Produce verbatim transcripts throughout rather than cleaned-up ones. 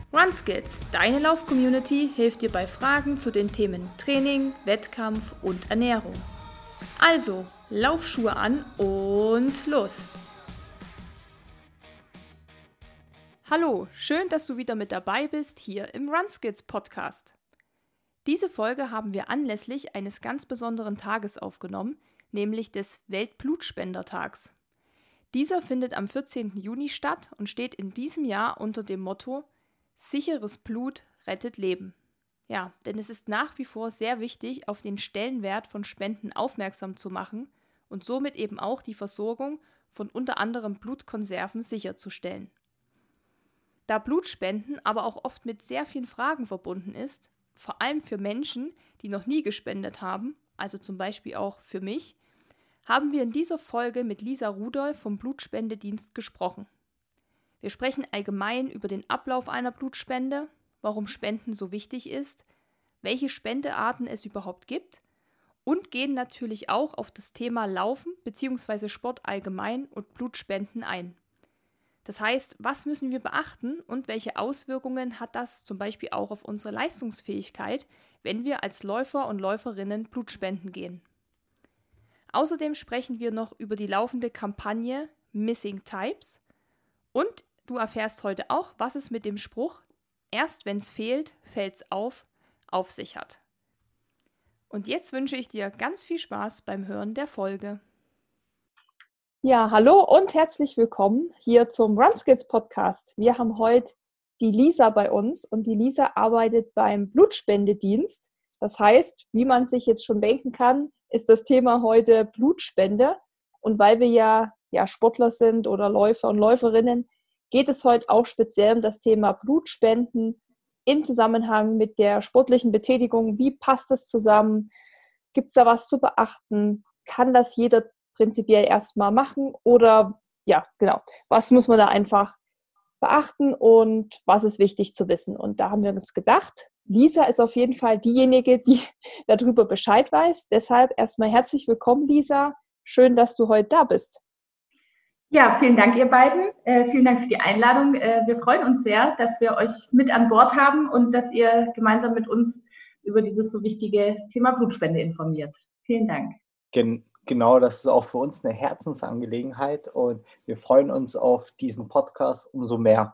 RunSkills, deine Lauf-Community, hilft dir bei Fragen zu den Themen Training, Wettkampf und Ernährung. Also, Laufschuhe an und los! Hallo, schön, dass du wieder mit dabei bist hier im RunSkills Podcast. Diese Folge haben wir anlässlich eines ganz besonderen Tages aufgenommen, nämlich des Weltblutspendertags. Dieser findet am vierzehnten Juni statt und steht in diesem Jahr unter dem Motto Sicheres Blut rettet Leben. Ja, denn es ist nach wie vor sehr wichtig, auf den Stellenwert von Spenden aufmerksam zu machen und somit eben auch die Versorgung von unter anderem Blutkonserven sicherzustellen. Da Blutspenden aber auch oft mit sehr vielen Fragen verbunden ist, vor allem für Menschen, die noch nie gespendet haben, also zum Beispiel auch für mich, haben wir in dieser Folge mit Lisa Rudolph vom Blutspendedienst gesprochen. Wir sprechen allgemein über den Ablauf einer Blutspende, warum Spenden so wichtig ist, welche Spendearten es überhaupt gibt und gehen natürlich auch auf das Thema Laufen bzw. Sport allgemein und Blutspenden ein. Das heißt, was müssen wir beachten und welche Auswirkungen hat das zum Beispiel auch auf unsere Leistungsfähigkeit, wenn wir als Läufer und Läuferinnen Blutspenden gehen. Außerdem sprechen wir noch über die laufende Kampagne Missing Types und du erfährst heute auch, was es mit dem Spruch „Erst wenn's fehlt, fällt's auf" auf sich hat. Und jetzt wünsche ich dir ganz viel Spaß beim Hören der Folge. Ja, hallo und herzlich willkommen hier zum RunSkills Podcast. Wir haben heute die Lisa bei uns und die Lisa arbeitet beim Blutspendedienst. Das heißt, wie man sich jetzt schon denken kann, ist das Thema heute Blutspende. Und weil wir ja, ja Sportler sind oder Läufer und Läuferinnen, geht es heute auch speziell um das Thema Blutspenden im Zusammenhang mit der sportlichen Betätigung. Wie passt das zusammen? Gibt es da was zu beachten? Kann das jeder prinzipiell erstmal machen? Oder ja, genau, was muss man da einfach beachten und was ist wichtig zu wissen? Und da haben wir uns gedacht, Lisa ist auf jeden Fall diejenige, die darüber Bescheid weiß. Deshalb erstmal herzlich willkommen, Lisa. Schön, dass du heute da bist. Ja, vielen Dank, ihr beiden. Äh, vielen Dank für die Einladung. Äh, wir freuen uns sehr, dass wir euch mit an Bord haben und dass ihr gemeinsam mit uns über dieses so wichtige Thema Blutspende informiert. Vielen Dank. Gen- genau, das ist auch für uns eine Herzensangelegenheit und wir freuen uns auf diesen Podcast umso mehr.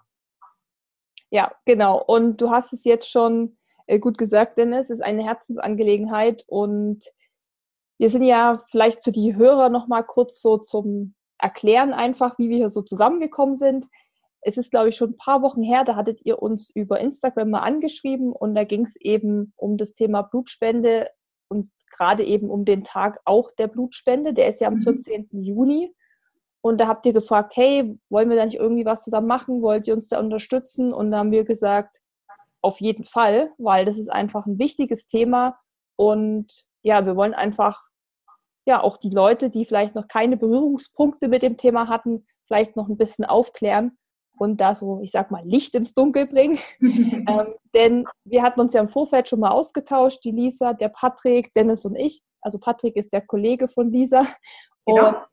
Ja, genau. Und du hast es jetzt schon äh, gut gesagt, Dennis, es ist eine Herzensangelegenheit und wir sind ja vielleicht für die Hörer nochmal kurz so zum Erklären einfach, wie wir hier so zusammengekommen sind. Es ist, glaube ich, schon ein paar Wochen her, da hattet ihr uns über Instagram mal angeschrieben und da ging es eben um das Thema Blutspende und gerade eben um den Tag auch der Blutspende. Der ist ja am vierzehnten Juni und da habt ihr gefragt, hey, wollen wir da nicht irgendwie was zusammen machen? Wollt ihr uns da unterstützen? Und da haben wir gesagt, auf jeden Fall, weil das ist einfach ein wichtiges Thema und ja, wir wollen einfach ja auch die Leute, die vielleicht noch keine Berührungspunkte mit dem Thema hatten, vielleicht noch ein bisschen aufklären und da so, ich sag mal, Licht ins Dunkel bringen. ähm, denn wir hatten uns ja im Vorfeld schon mal ausgetauscht, die Lisa, der Patrick, Dennis und ich. Also Patrick ist der Kollege von Lisa. Genau. Und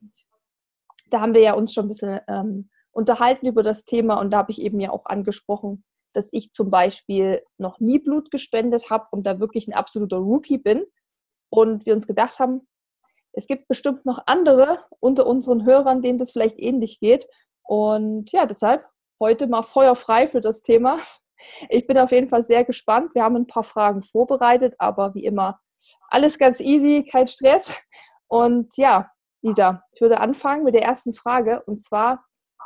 da haben wir ja uns schon ein bisschen ähm, unterhalten über das Thema und da habe ich eben ja auch angesprochen, dass ich zum Beispiel noch nie Blut gespendet habe und da wirklich ein absoluter Rookie bin. Und wir uns gedacht haben, es gibt bestimmt noch andere unter unseren Hörern, denen das vielleicht ähnlich geht. Und ja, deshalb heute mal feuerfrei für das Thema. Ich bin auf jeden Fall sehr gespannt. Wir haben ein paar Fragen vorbereitet, aber wie immer alles ganz easy, kein Stress. Und ja, Lisa, ich würde anfangen mit der ersten Frage. Und zwar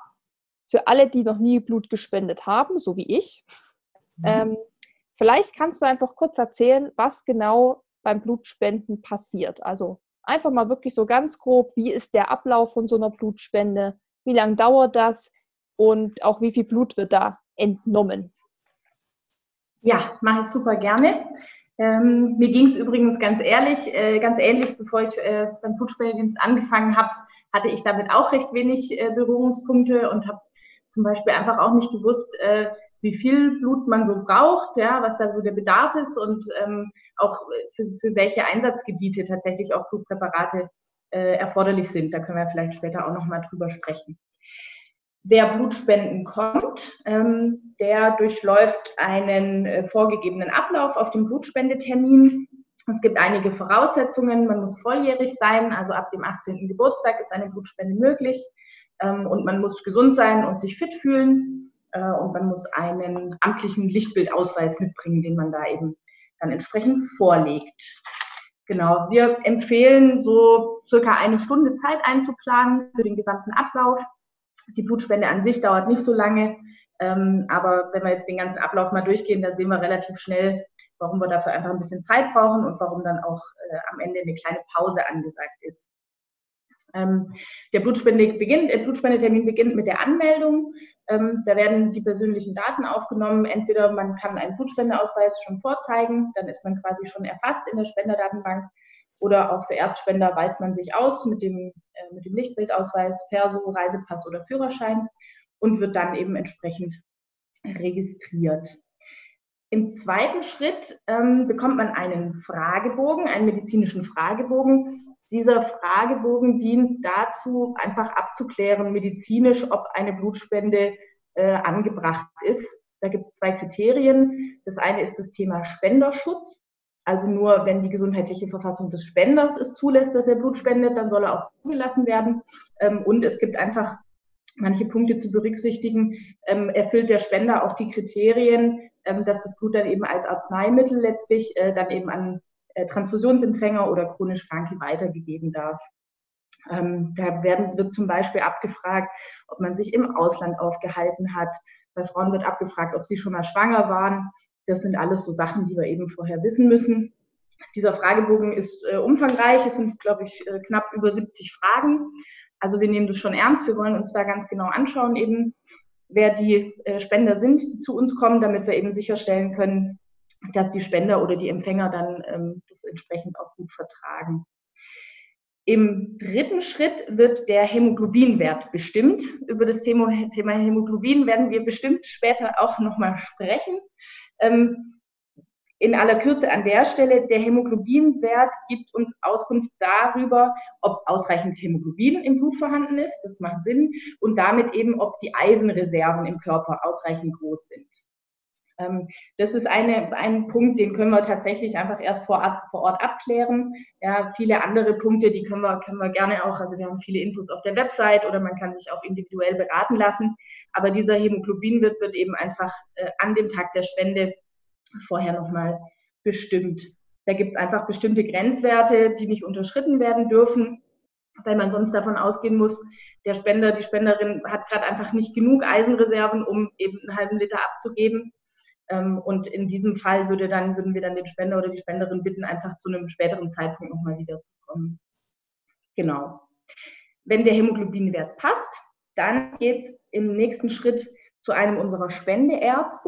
für alle, die noch nie Blut gespendet haben, so wie ich. Mhm. Ähm, vielleicht kannst du einfach kurz erzählen, was genau beim Blutspenden passiert. Also einfach mal wirklich so ganz grob, wie ist der Ablauf von so einer Blutspende, wie lange dauert das und auch wie viel Blut wird da entnommen? Ja, mache ich super gerne. Ähm, mir ging es übrigens ganz ehrlich, äh, ganz ähnlich, bevor ich äh, beim Blutspendedienst angefangen habe, hatte ich damit auch recht wenig äh, Berührungspunkte und habe zum Beispiel einfach auch nicht gewusst, äh, wie viel Blut man so braucht, ja, was da so der Bedarf ist und ähm, auch für, für welche Einsatzgebiete tatsächlich auch Blutpräparate äh, erforderlich sind. Da können wir vielleicht später auch nochmal drüber sprechen. Wer Blutspenden kommt, ähm, der durchläuft einen äh, vorgegebenen Ablauf auf dem Blutspendetermin. Es gibt einige Voraussetzungen. Man muss volljährig sein, also ab dem achtzehnten Geburtstag ist eine Blutspende möglich. Ähm, und man muss gesund sein und sich fit fühlen. Äh, und man muss einen amtlichen Lichtbildausweis mitbringen, den man da eben dann entsprechend vorlegt. Genau, wir empfehlen so circa eine Stunde Zeit einzuplanen für den gesamten Ablauf. Die Blutspende an sich dauert nicht so lange, ähm, aber wenn wir jetzt den ganzen Ablauf mal durchgehen, dann sehen wir relativ schnell, warum wir dafür einfach ein bisschen Zeit brauchen und warum dann auch äh, am Ende eine kleine Pause angesagt ist. Ähm, der Blutspende beginnt, der Blutspendetermin beginnt mit der Anmeldung. Ähm, da werden die persönlichen Daten aufgenommen. Entweder man kann einen Blutspendeausweis schon vorzeigen, dann ist man quasi schon erfasst in der Spenderdatenbank. Oder auch für Erstspender weist man sich aus mit dem, äh, mit dem Lichtbildausweis, Perso, Reisepass oder Führerschein und wird dann eben entsprechend registriert. Im zweiten Schritt ähm, bekommt man einen Fragebogen, einen medizinischen Fragebogen. Dieser Fragebogen dient dazu, einfach abzuklären medizinisch, ob eine Blutspende äh, angebracht ist. Da gibt es zwei Kriterien. Das eine ist das Thema Spenderschutz. Also nur wenn die gesundheitliche Verfassung des Spenders es zulässt, dass er Blut spendet, dann soll er auch zugelassen werden. Ähm, und es gibt einfach manche Punkte zu berücksichtigen. Ähm, erfüllt der Spender auch die Kriterien, ähm, dass das Blut dann eben als Arzneimittel letztlich äh, dann eben an äh, Transfusionsempfänger oder chronisch Kranke weitergegeben darf. Ähm, da werden, wird zum Beispiel abgefragt, ob man sich im Ausland aufgehalten hat. Bei Frauen wird abgefragt, ob sie schon mal schwanger waren. Das sind alles so Sachen, die wir eben vorher wissen müssen. Dieser Fragebogen ist äh, umfangreich. Es sind, glaube ich, äh, knapp über siebzig Fragen. Also wir nehmen das schon ernst. Wir wollen uns da ganz genau anschauen, eben, wer die äh, Spender sind, die zu uns kommen, damit wir eben sicherstellen können, dass die Spender oder die Empfänger dann ähm, das entsprechend auch gut vertragen. Im dritten Schritt wird der Hämoglobinwert bestimmt. Über das Thema, Thema Hämoglobin werden wir bestimmt später auch nochmal sprechen. Ähm, in aller Kürze an der Stelle, der Hämoglobinwert gibt uns Auskunft darüber, ob ausreichend Hämoglobin im Blut vorhanden ist, das macht Sinn, und damit eben, ob die Eisenreserven im Körper ausreichend groß sind. Ähm, das ist eine, ein Punkt, den können wir tatsächlich einfach erst vor, vor Ort abklären. Ja, viele andere Punkte, die können wir, können wir gerne auch, also wir haben viele Infos auf der Website oder man kann sich auch individuell beraten lassen, aber dieser Hämoglobinwert wird eben einfach äh, an dem Tag der Spende vorher nochmal bestimmt. Da gibt es einfach bestimmte Grenzwerte, die nicht unterschritten werden dürfen, weil man sonst davon ausgehen muss, der Spender, die Spenderin hat gerade einfach nicht genug Eisenreserven, um eben einen halben Liter abzugeben. Und in diesem Fall würde dann, würden wir dann den Spender oder die Spenderin bitten, einfach zu einem späteren Zeitpunkt nochmal wiederzukommen. Genau. Wenn der Hämoglobinwert passt, dann geht es im nächsten Schritt zu einem unserer Spendeärzte.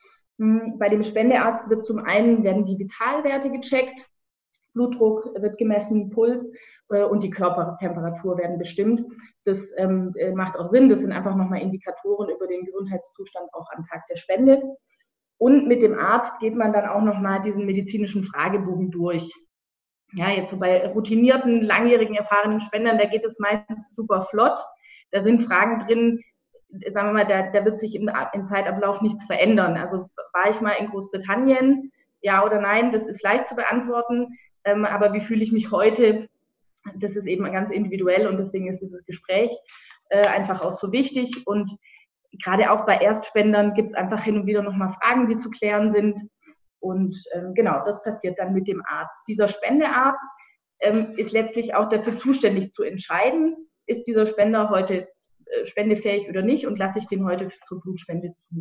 Bei dem Spendearzt wird zum einen werden die Vitalwerte gecheckt, Blutdruck wird gemessen, Puls äh, und die Körpertemperatur werden bestimmt. Das ähm, macht auch Sinn, das sind einfach nochmal Indikatoren über den Gesundheitszustand auch am Tag der Spende. Und mit dem Arzt geht man dann auch nochmal diesen medizinischen Fragebogen durch. Ja, jetzt so bei routinierten, langjährigen, erfahrenen Spendern, da geht es meistens super flott. Da sind Fragen drin, sagen wir mal, da, da wird sich im, im Zeitablauf nichts verändern. Also war ich mal in Großbritannien, ja oder nein, das ist leicht zu beantworten. Ähm, aber wie fühle ich mich heute, das ist eben ganz individuell und deswegen ist dieses Gespräch äh, einfach auch so wichtig. Und gerade auch bei Erstspendern gibt es einfach hin und wieder nochmal Fragen, die zu klären sind. Und ähm, genau, das passiert dann mit dem Arzt. Dieser Spendearzt ähm, ist letztlich auch dafür zuständig zu entscheiden, ist dieser Spender heute äh, spendefähig oder nicht und lasse ich den heute zur Blutspende zu.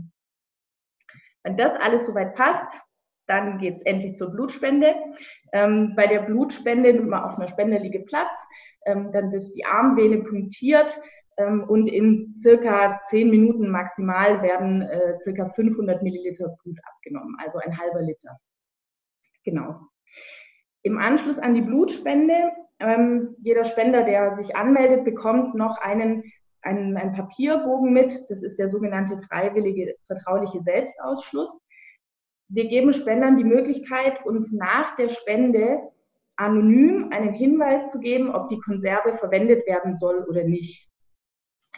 Wenn das alles soweit passt, dann geht es endlich zur Blutspende. Ähm, bei der Blutspende nimmt man auf einer Spenderliege Platz, ähm, dann wird die Armvene punktiert ähm, und in circa zehn Minuten maximal werden äh, circa fünfhundert Milliliter Blut abgenommen, also ein halber Liter. Genau. Im Anschluss an die Blutspende, ähm, jeder Spender, der sich anmeldet, bekommt noch einen, einen, einen Papierbogen mit. Das ist der sogenannte freiwillige vertrauliche Selbstausschluss. Wir geben Spendern die Möglichkeit, uns nach der Spende anonym einen Hinweis zu geben, ob die Konserve verwendet werden soll oder nicht.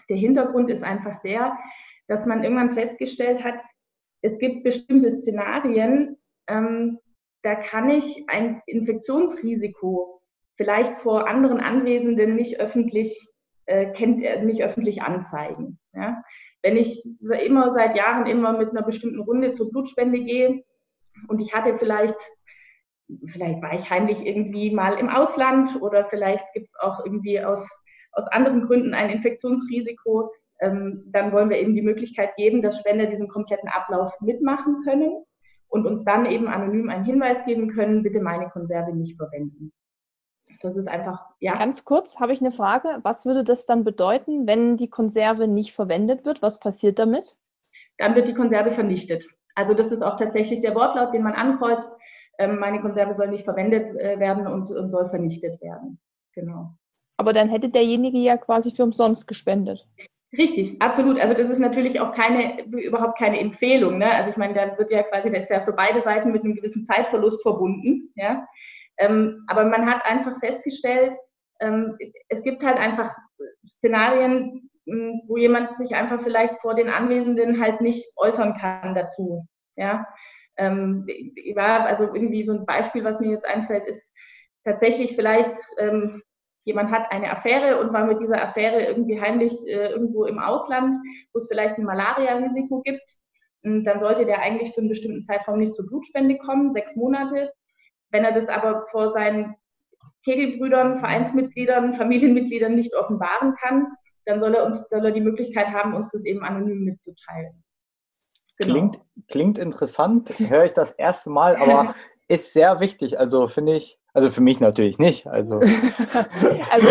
Der Hintergrund ist einfach der, dass man irgendwann festgestellt hat, es gibt bestimmte Szenarien, ähm, da kann ich ein Infektionsrisiko vielleicht vor anderen Anwesenden nicht öffentlich, äh, kennt, äh, nicht öffentlich anzeigen. Ja? Wenn ich immer seit Jahren immer mit einer bestimmten Runde zur Blutspende gehe und ich hatte vielleicht, vielleicht war ich heimlich irgendwie mal im Ausland oder vielleicht gibt es auch irgendwie aus, aus anderen Gründen ein Infektionsrisiko, ähm, dann wollen wir eben die Möglichkeit geben, dass Spender diesen kompletten Ablauf mitmachen können und uns dann eben anonym einen Hinweis geben können, bitte meine Konserve nicht verwenden. Das ist einfach, ja. Ganz kurz habe ich eine Frage. Was würde das dann bedeuten, wenn die Konserve nicht verwendet wird? Was passiert damit? Dann wird die Konserve vernichtet. Also das ist auch tatsächlich der Wortlaut, den man ankreuzt. Ähm, meine Konserve soll nicht verwendet äh, werden und, und soll vernichtet werden. Genau. Aber dann hätte derjenige ja quasi für umsonst gespendet. Richtig, absolut. Also das ist natürlich auch keine, überhaupt keine Empfehlung. Ne? Also ich meine, da wird ja quasi, das ist ja für beide Seiten mit einem gewissen Zeitverlust verbunden. Ja? Ähm, aber man hat einfach festgestellt, ähm, es gibt halt einfach Szenarien, mh, wo jemand sich einfach vielleicht vor den Anwesenden halt nicht äußern kann dazu. Ja? Ähm, war also irgendwie so ein Beispiel, was mir jetzt einfällt, ist tatsächlich vielleicht, ähm, jemand hat eine Affäre und war mit dieser Affäre irgendwie heimlich äh, irgendwo im Ausland, wo es vielleicht ein Malaria-Risiko gibt. Und dann sollte der eigentlich für einen bestimmten Zeitraum nicht zur Blutspende kommen, sechs Monate. Wenn er das aber vor seinen Kegelbrüdern, Vereinsmitgliedern, Familienmitgliedern nicht offenbaren kann, dann soll er uns, soll er die Möglichkeit haben, uns das eben anonym mitzuteilen. Genau. Klingt, klingt interessant, höre ich das erste Mal, aber ist sehr wichtig. Also finde ich, also für mich natürlich nicht. Also, also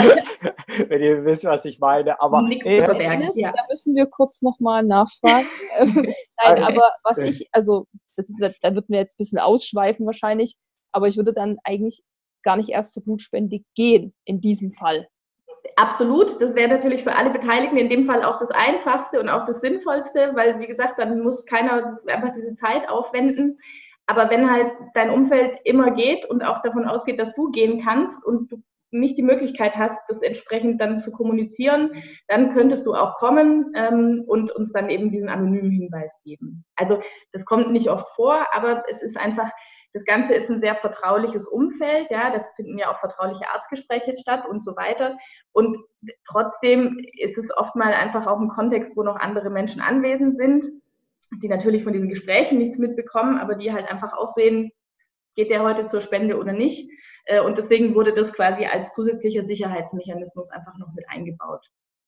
wenn ihr wisst, was ich meine. Aber ey, Dennis, ja. Da müssen wir kurz nochmal nachfragen. Nein, okay. Aber was ich, also das ist, da wird mir jetzt ein bisschen ausschweifen wahrscheinlich, aber ich würde dann eigentlich gar nicht erst zur Blutspende gehen in diesem Fall. Absolut, das wäre natürlich für alle Beteiligten in dem Fall auch das Einfachste und auch das Sinnvollste, weil, wie gesagt, dann muss keiner einfach diese Zeit aufwenden. Aber wenn halt dein Umfeld immer geht und auch davon ausgeht, dass du gehen kannst und du nicht die Möglichkeit hast, das entsprechend dann zu kommunizieren, dann könntest du auch kommen ähm, und uns dann eben diesen anonymen Hinweis geben. Also das kommt nicht oft vor, aber es ist einfach, das Ganze ist ein sehr vertrauliches Umfeld, ja, da finden ja auch vertrauliche Arztgespräche statt und so weiter. Und trotzdem ist es oft mal einfach auch ein Kontext, wo noch andere Menschen anwesend sind, die natürlich von diesen Gesprächen nichts mitbekommen, aber die halt einfach auch sehen, geht der heute zur Spende oder nicht. Und deswegen wurde das quasi als zusätzlicher Sicherheitsmechanismus einfach noch mit eingebaut.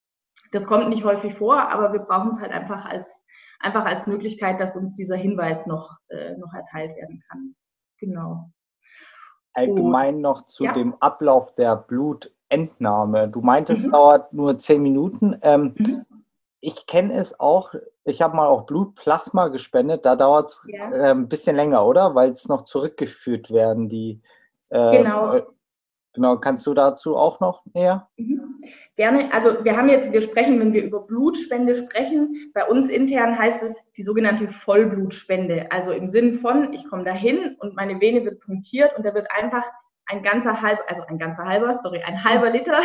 Das kommt nicht häufig vor, aber wir brauchen es halt einfach als, einfach als Möglichkeit, dass uns dieser Hinweis noch, äh, noch erteilt werden kann. Genau. Allgemein noch zu ja. dem Ablauf der Blutentnahme. Du meintest, es Mhm. dauert nur zehn Minuten. Ähm, Mhm. Ich kenne es auch, ich habe mal auch Blutplasma gespendet, da dauert es Ja. äh, ein bisschen länger, oder? Weil es noch zurückgeführt werden, die äh, Genau. Äh, genau, kannst du dazu auch noch näher? Mhm. Gerne. Also wir haben jetzt, wir sprechen, wenn wir über Blutspende sprechen, bei uns intern heißt es die sogenannte Vollblutspende. Also im Sinn von, ich komme dahin und meine Vene wird punktiert und da wird einfach ein ganzer halb, also ein ganzer halber, sorry, ein halber Liter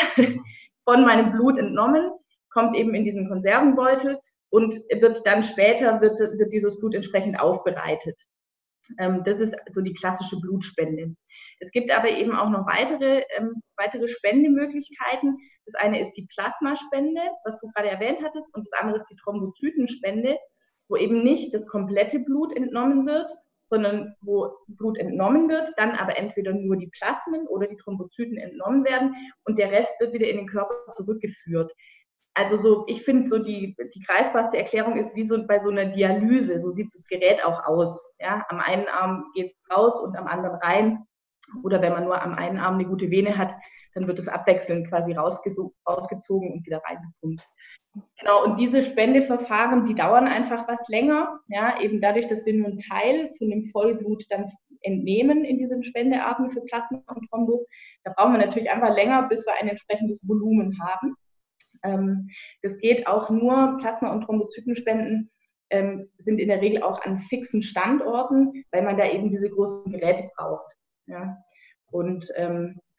von meinem Blut entnommen, kommt eben in diesen Konservenbeutel und wird dann später, wird, wird dieses Blut entsprechend aufbereitet. Ähm, das ist so die klassische Blutspende. Es gibt aber eben auch noch weitere, ähm, weitere Spendemöglichkeiten. Das eine ist die Plasmaspende, was du gerade erwähnt hattest, und das andere ist die Thrombozytenspende, wo eben nicht das komplette Blut entnommen wird, sondern wo Blut entnommen wird, dann aber entweder nur die Plasmen oder die Thrombozyten entnommen werden und der Rest wird wieder in den Körper zurückgeführt. Also so, ich finde so die, die greifbarste Erklärung ist wie so bei so einer Dialyse, so sieht das Gerät auch aus. Ja? Am einen Arm geht es raus und am anderen rein. Oder wenn man nur am einen Arm eine gute Vene hat, dann wird es abwechselnd quasi rausgezogen und wieder reingepumpt. Genau, und diese Spendeverfahren, die dauern einfach was länger, ja, eben dadurch, dass wir nur einen Teil von dem Vollblut dann entnehmen in diesen Spendearten für Plasma und Thrombus. Da brauchen wir natürlich einfach länger, bis wir ein entsprechendes Volumen haben. Ähm, das geht auch nur, Plasma- und Thrombozytenspenden ähm, sind in der Regel auch an fixen Standorten, weil man da eben diese großen Geräte braucht. Ja. Und ähm,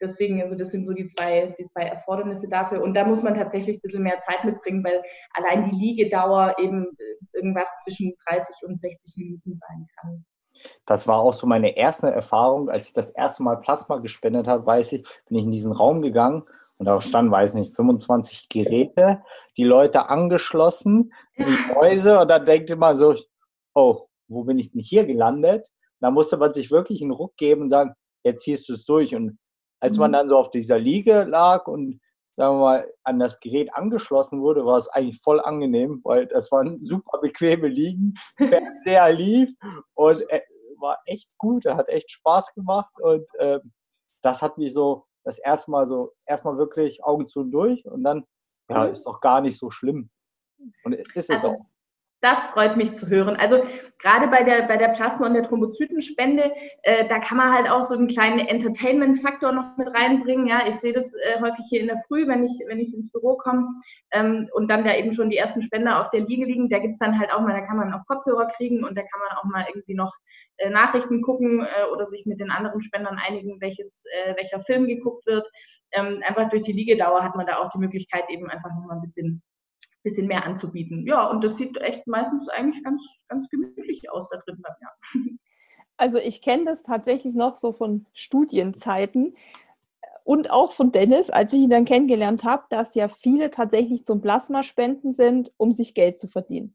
deswegen, also das sind so die zwei, die zwei Erfordernisse dafür. Und da muss man tatsächlich ein bisschen mehr Zeit mitbringen, weil allein die Liegedauer eben irgendwas zwischen dreißig und sechzig Minuten sein kann. Das war auch so meine erste Erfahrung, als ich das erste Mal Plasma gespendet habe, weiß ich, bin ich in diesen Raum gegangen und da standen, weiß nicht, fünfundzwanzig Geräte, die Leute angeschlossen, die Mäuse und dann denkt man so, oh, wo bin ich denn hier gelandet? Da musste man sich wirklich einen Ruck geben und sagen, jetzt ziehst du es durch. Und als man dann so auf dieser Liege lag und, sagen wir mal, an das Gerät angeschlossen wurde, war es eigentlich voll angenehm, weil das waren super bequeme Liegen, Fernseher lief und äh, war echt gut, hat echt Spaß gemacht und äh, das hat mich so das erste Mal so, erstmal wirklich Augen zu und durch und dann, ja, ist doch gar nicht so schlimm. Und ist es also, auch. Das freut mich zu hören. Also gerade bei der, bei der Plasma- und der Thrombozytenspende, äh, da kann man halt auch so einen kleinen Entertainment-Faktor noch mit reinbringen. Ja, ich sehe das äh, häufig hier in der Früh, wenn ich, wenn ich ins Büro komme ähm, und dann da eben schon die ersten Spender auf der Liege liegen. Da gibt es dann halt auch mal, da kann man auch Kopfhörer kriegen und da kann man auch mal irgendwie noch äh, Nachrichten gucken äh, oder sich mit den anderen Spendern einigen, welches, äh, welcher Film geguckt wird. Ähm, einfach durch die Liegedauer hat man da auch die Möglichkeit, eben einfach noch mal ein bisschen bisschen mehr anzubieten. Ja, und das sieht echt meistens eigentlich ganz, ganz gemütlich aus da drin. Ja. Also ich kenne das tatsächlich noch so von Studienzeiten und auch von Dennis, als ich ihn dann kennengelernt habe, dass ja viele tatsächlich zum Plasmaspenden sind, um sich Geld zu verdienen.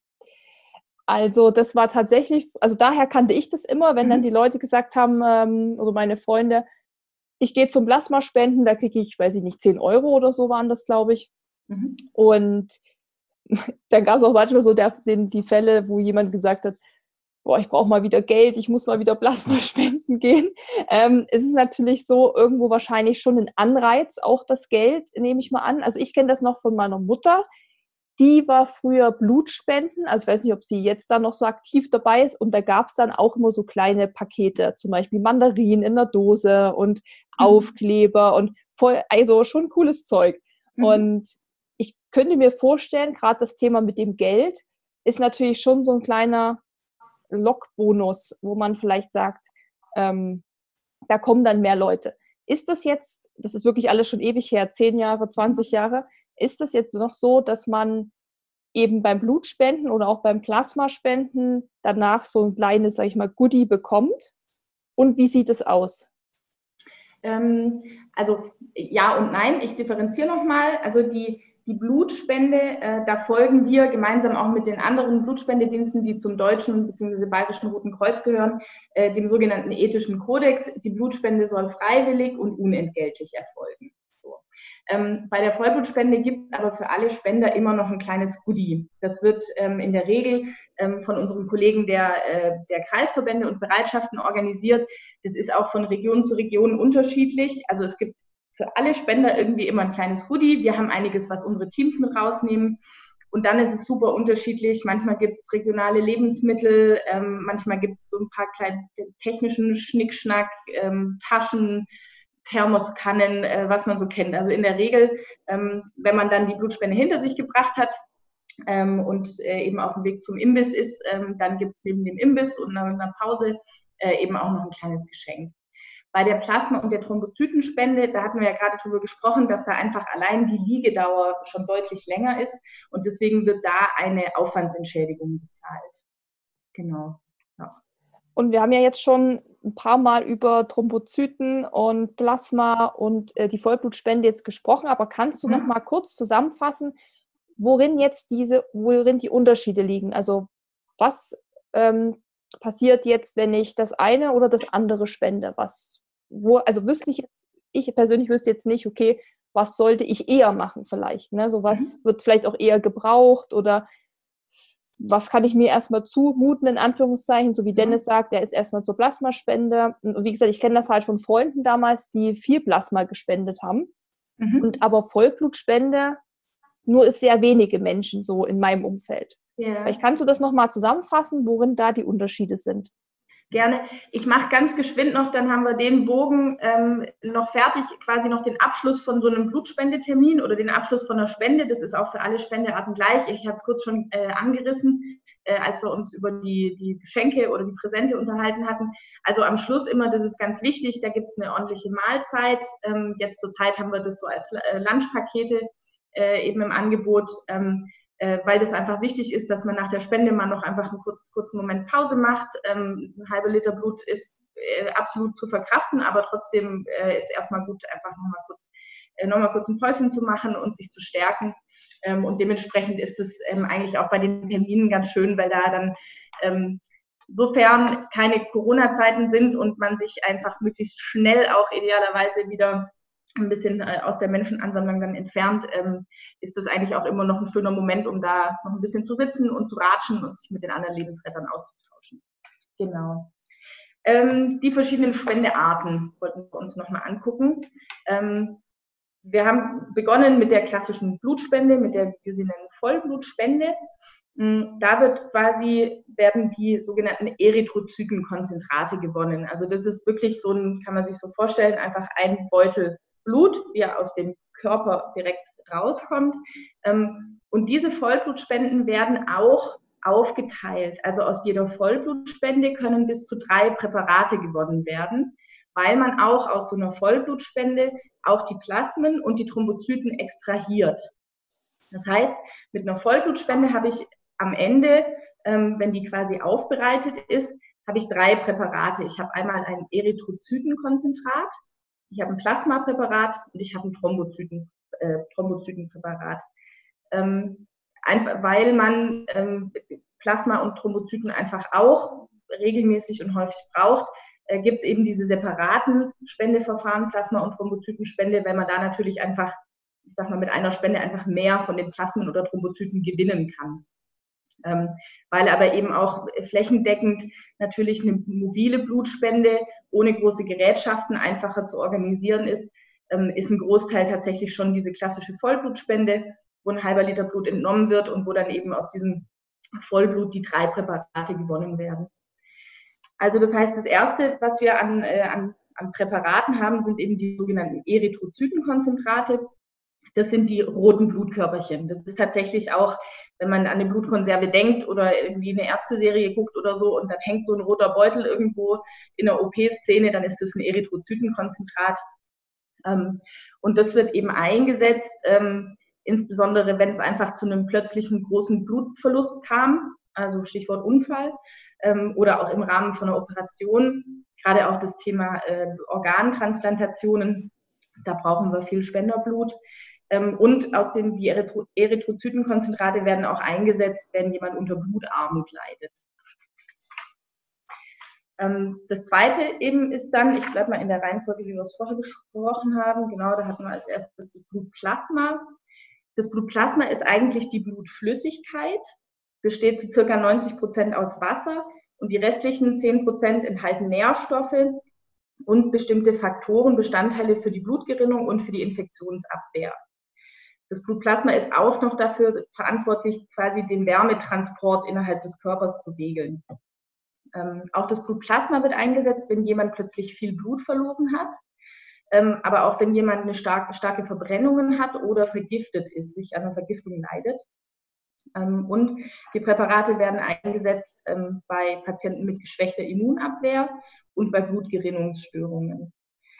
Also das war tatsächlich, also daher kannte ich das immer, wenn mhm. dann die Leute gesagt haben, ähm, oder meine Freunde, ich gehe zum Plasmaspenden, da kriege ich, weiß ich nicht, zehn Euro oder so waren das, glaube ich. Mhm. Und dann gab es auch manchmal so der, den, die Fälle, wo jemand gesagt hat, boah, ich brauche mal wieder Geld, ich muss mal wieder Plasma spenden gehen. Ähm, es ist natürlich so irgendwo wahrscheinlich schon ein Anreiz, auch das Geld, nehme ich mal an. Also ich kenne das noch von meiner Mutter. Die war früher Blutspenden, also ich weiß nicht, ob sie jetzt da noch so aktiv dabei ist. Und da gab es dann auch immer so kleine Pakete, zum Beispiel Mandarinen in der Dose und mhm. Aufkleber und voll, also schon cooles Zeug. Mhm. Und ich könnte mir vorstellen, gerade das Thema mit dem Geld ist natürlich schon so ein kleiner Lockbonus, wo man vielleicht sagt, ähm, da kommen dann mehr Leute. Ist das jetzt, das ist wirklich alles schon ewig her, zehn Jahre, zwanzig Jahre, ist das jetzt noch so, dass man eben beim Blutspenden oder auch beim Plasmaspenden danach so ein kleines, sag ich mal, Goodie bekommt? Und wie sieht es aus? Ähm, also ja und nein, ich differenziere nochmal. Also die Die Blutspende, äh, da folgen wir gemeinsam auch mit den anderen Blutspendediensten, die zum Deutschen bzw. Bayerischen Roten Kreuz gehören, äh, dem sogenannten ethischen Kodex. Die Blutspende soll freiwillig und unentgeltlich erfolgen. So. Ähm, bei der Vollblutspende gibt es aber für alle Spender immer noch ein kleines Goodie. Das wird ähm, in der Regel ähm, von unseren Kollegen der, äh, der Kreisverbände und Bereitschaften organisiert. Das ist auch von Region zu Region unterschiedlich. Also es gibt für alle Spender irgendwie immer ein kleines Goodie. Wir haben einiges, was unsere Teams mit rausnehmen. Und dann ist es super unterschiedlich. Manchmal gibt es regionale Lebensmittel, ähm, manchmal gibt es so ein paar kleine technischen Schnickschnack, ähm, Taschen, Thermoskannen, äh, was man so kennt. Also in der Regel, ähm, wenn man dann die Blutspende hinter sich gebracht hat ähm, und äh, eben auf dem Weg zum Imbiss ist, ähm, dann gibt es neben dem Imbiss und einer Pause äh, eben auch noch ein kleines Geschenk. Bei der Plasma- und der Thrombozytenspende, da hatten wir ja gerade drüber gesprochen, dass da einfach allein die Liegedauer schon deutlich länger ist und deswegen wird da eine Aufwandsentschädigung bezahlt. Genau. Ja. Und wir haben ja jetzt schon ein paar Mal über Thrombozyten und Plasma und äh, die Vollblutspende jetzt gesprochen, aber kannst du mhm. noch mal kurz zusammenfassen, worin jetzt diese, worin die Unterschiede liegen? Also was ähm, passiert jetzt, wenn ich das eine oder das andere spende? Was, wo, also wüsste ich jetzt, ich persönlich wüsste jetzt nicht, okay, was sollte ich eher machen vielleicht? Ne? So was mhm. wird vielleicht auch eher gebraucht oder was kann ich mir erstmal zumuten, in Anführungszeichen, so wie Dennis sagt, der ist erstmal zur Plasmaspende. Und wie gesagt, ich kenne das halt von Freunden damals, die viel Plasma gespendet haben. Mhm. Und aber Vollblutspende nur ist sehr wenige Menschen so in meinem Umfeld. Yeah. Vielleicht kannst du das nochmal zusammenfassen, worin da die Unterschiede sind. Gerne. Ich mache ganz geschwind noch, dann haben wir den Bogen ähm, noch fertig, quasi noch den Abschluss von so einem Blutspendetermin oder den Abschluss von einer Spende. Das ist auch für alle Spendearten gleich. Ich hatte es kurz schon äh, angerissen. äh, als wir uns über die, die Geschenke oder die Präsente unterhalten hatten. Also am Schluss immer, das ist ganz wichtig, da gibt es eine ordentliche Mahlzeit. Ähm, jetzt zur Zeit haben wir das so als äh, Lunchpakete äh, eben im Angebot, ähm, äh, weil das einfach wichtig ist, dass man nach der Spende mal noch einfach einen kurz, kurzen Moment Pause macht. Ähm, ein halber Liter Blut ist äh, absolut zu verkraften, aber trotzdem äh, ist erstmal gut, einfach nochmal kurz, äh, noch mal kurz ein Päuschen zu machen und sich zu stärken. Ähm, und dementsprechend ist es ähm, eigentlich auch bei den Terminen ganz schön, weil da dann ähm, sofern keine Corona-Zeiten sind und man sich einfach möglichst schnell auch idealerweise wieder ein bisschen aus der Menschenansammlung dann entfernt, ähm, ist das eigentlich auch immer noch ein schöner Moment, um da noch ein bisschen zu sitzen und zu ratschen und sich mit den anderen Lebensrettern auszutauschen. Genau. Ähm, die verschiedenen Spendearten wollten wir uns nochmal angucken. Ähm, wir haben begonnen mit der klassischen Blutspende, mit der wir sie nennen Vollblutspende. Da wird quasi, werden die sogenannten Erythrozytenkonzentrate gewonnen. Also das ist wirklich so ein, kann man sich so vorstellen, einfach ein Beutel Blut, wie er aus dem Körper direkt rauskommt. Und diese Vollblutspenden werden auch aufgeteilt. Also aus jeder Vollblutspende können bis zu drei Präparate gewonnen werden, weil man auch aus so einer Vollblutspende auch die Plasmen und die Thrombozyten extrahiert. Das heißt, mit einer Vollblutspende habe ich am Ende, ähm, wenn die quasi aufbereitet ist, habe ich drei Präparate. Ich habe einmal ein Erythrozytenkonzentrat, ich habe ein Plasmapräparat und ich habe ein Thrombozyten, äh, Thrombozytenpräparat. Ähm, einfach, weil man ähm, Plasma und Thrombozyten einfach auch regelmäßig und häufig braucht, äh, gibt es eben diese separaten Spendeverfahren, Plasma- und Thrombozytenspende, weil man da natürlich einfach, ich sag mal, mit einer Spende einfach mehr von den Plasmen oder Thrombozyten gewinnen kann. Ähm, weil aber eben auch flächendeckend natürlich eine mobile Blutspende ohne große Gerätschaften einfacher zu organisieren ist, ähm, ist ein Großteil tatsächlich schon diese klassische Vollblutspende, wo ein halber Liter Blut entnommen wird und wo dann eben aus diesem Vollblut die drei Präparate gewonnen werden. Also das heißt, das Erste, was wir an, äh, an, an Präparaten haben, sind eben die sogenannten Erythrozytenkonzentrate. Das sind die roten Blutkörperchen. Das ist tatsächlich auch, wenn man an eine Blutkonserve denkt oder irgendwie eine Ärzteserie guckt oder so und dann hängt so ein roter Beutel irgendwo in der O P-Szene, dann ist das ein Erythrozytenkonzentrat. Und das wird eben eingesetzt, insbesondere wenn es einfach zu einem plötzlichen großen Blutverlust kam, also Stichwort Unfall, oder auch im Rahmen von einer Operation. Gerade auch das Thema Organtransplantationen, da brauchen wir viel Spenderblut. Und aus den die Erythrozytenkonzentrate werden auch eingesetzt, wenn jemand unter Blutarmut leidet. Das zweite eben ist dann, ich bleibe mal in der Reihenfolge, wie wir es vorher besprochen haben, genau, da hatten wir als erstes das Blutplasma. Das Blutplasma ist eigentlich die Blutflüssigkeit, besteht zu ca. neunzig Prozent aus Wasser und die restlichen zehn Prozent enthalten Nährstoffe und bestimmte Faktoren, Bestandteile für die Blutgerinnung und für die Infektionsabwehr. Das Blutplasma ist auch noch dafür verantwortlich, quasi den Wärmetransport innerhalb des Körpers zu regeln. Ähm, auch das Blutplasma wird eingesetzt, wenn jemand plötzlich viel Blut verloren hat, ähm, aber auch wenn jemand eine starke, starke Verbrennungen hat oder vergiftet ist, sich an einer Vergiftung leidet. Ähm, und die Präparate werden eingesetzt ähm, bei Patienten mit geschwächter Immunabwehr und bei Blutgerinnungsstörungen.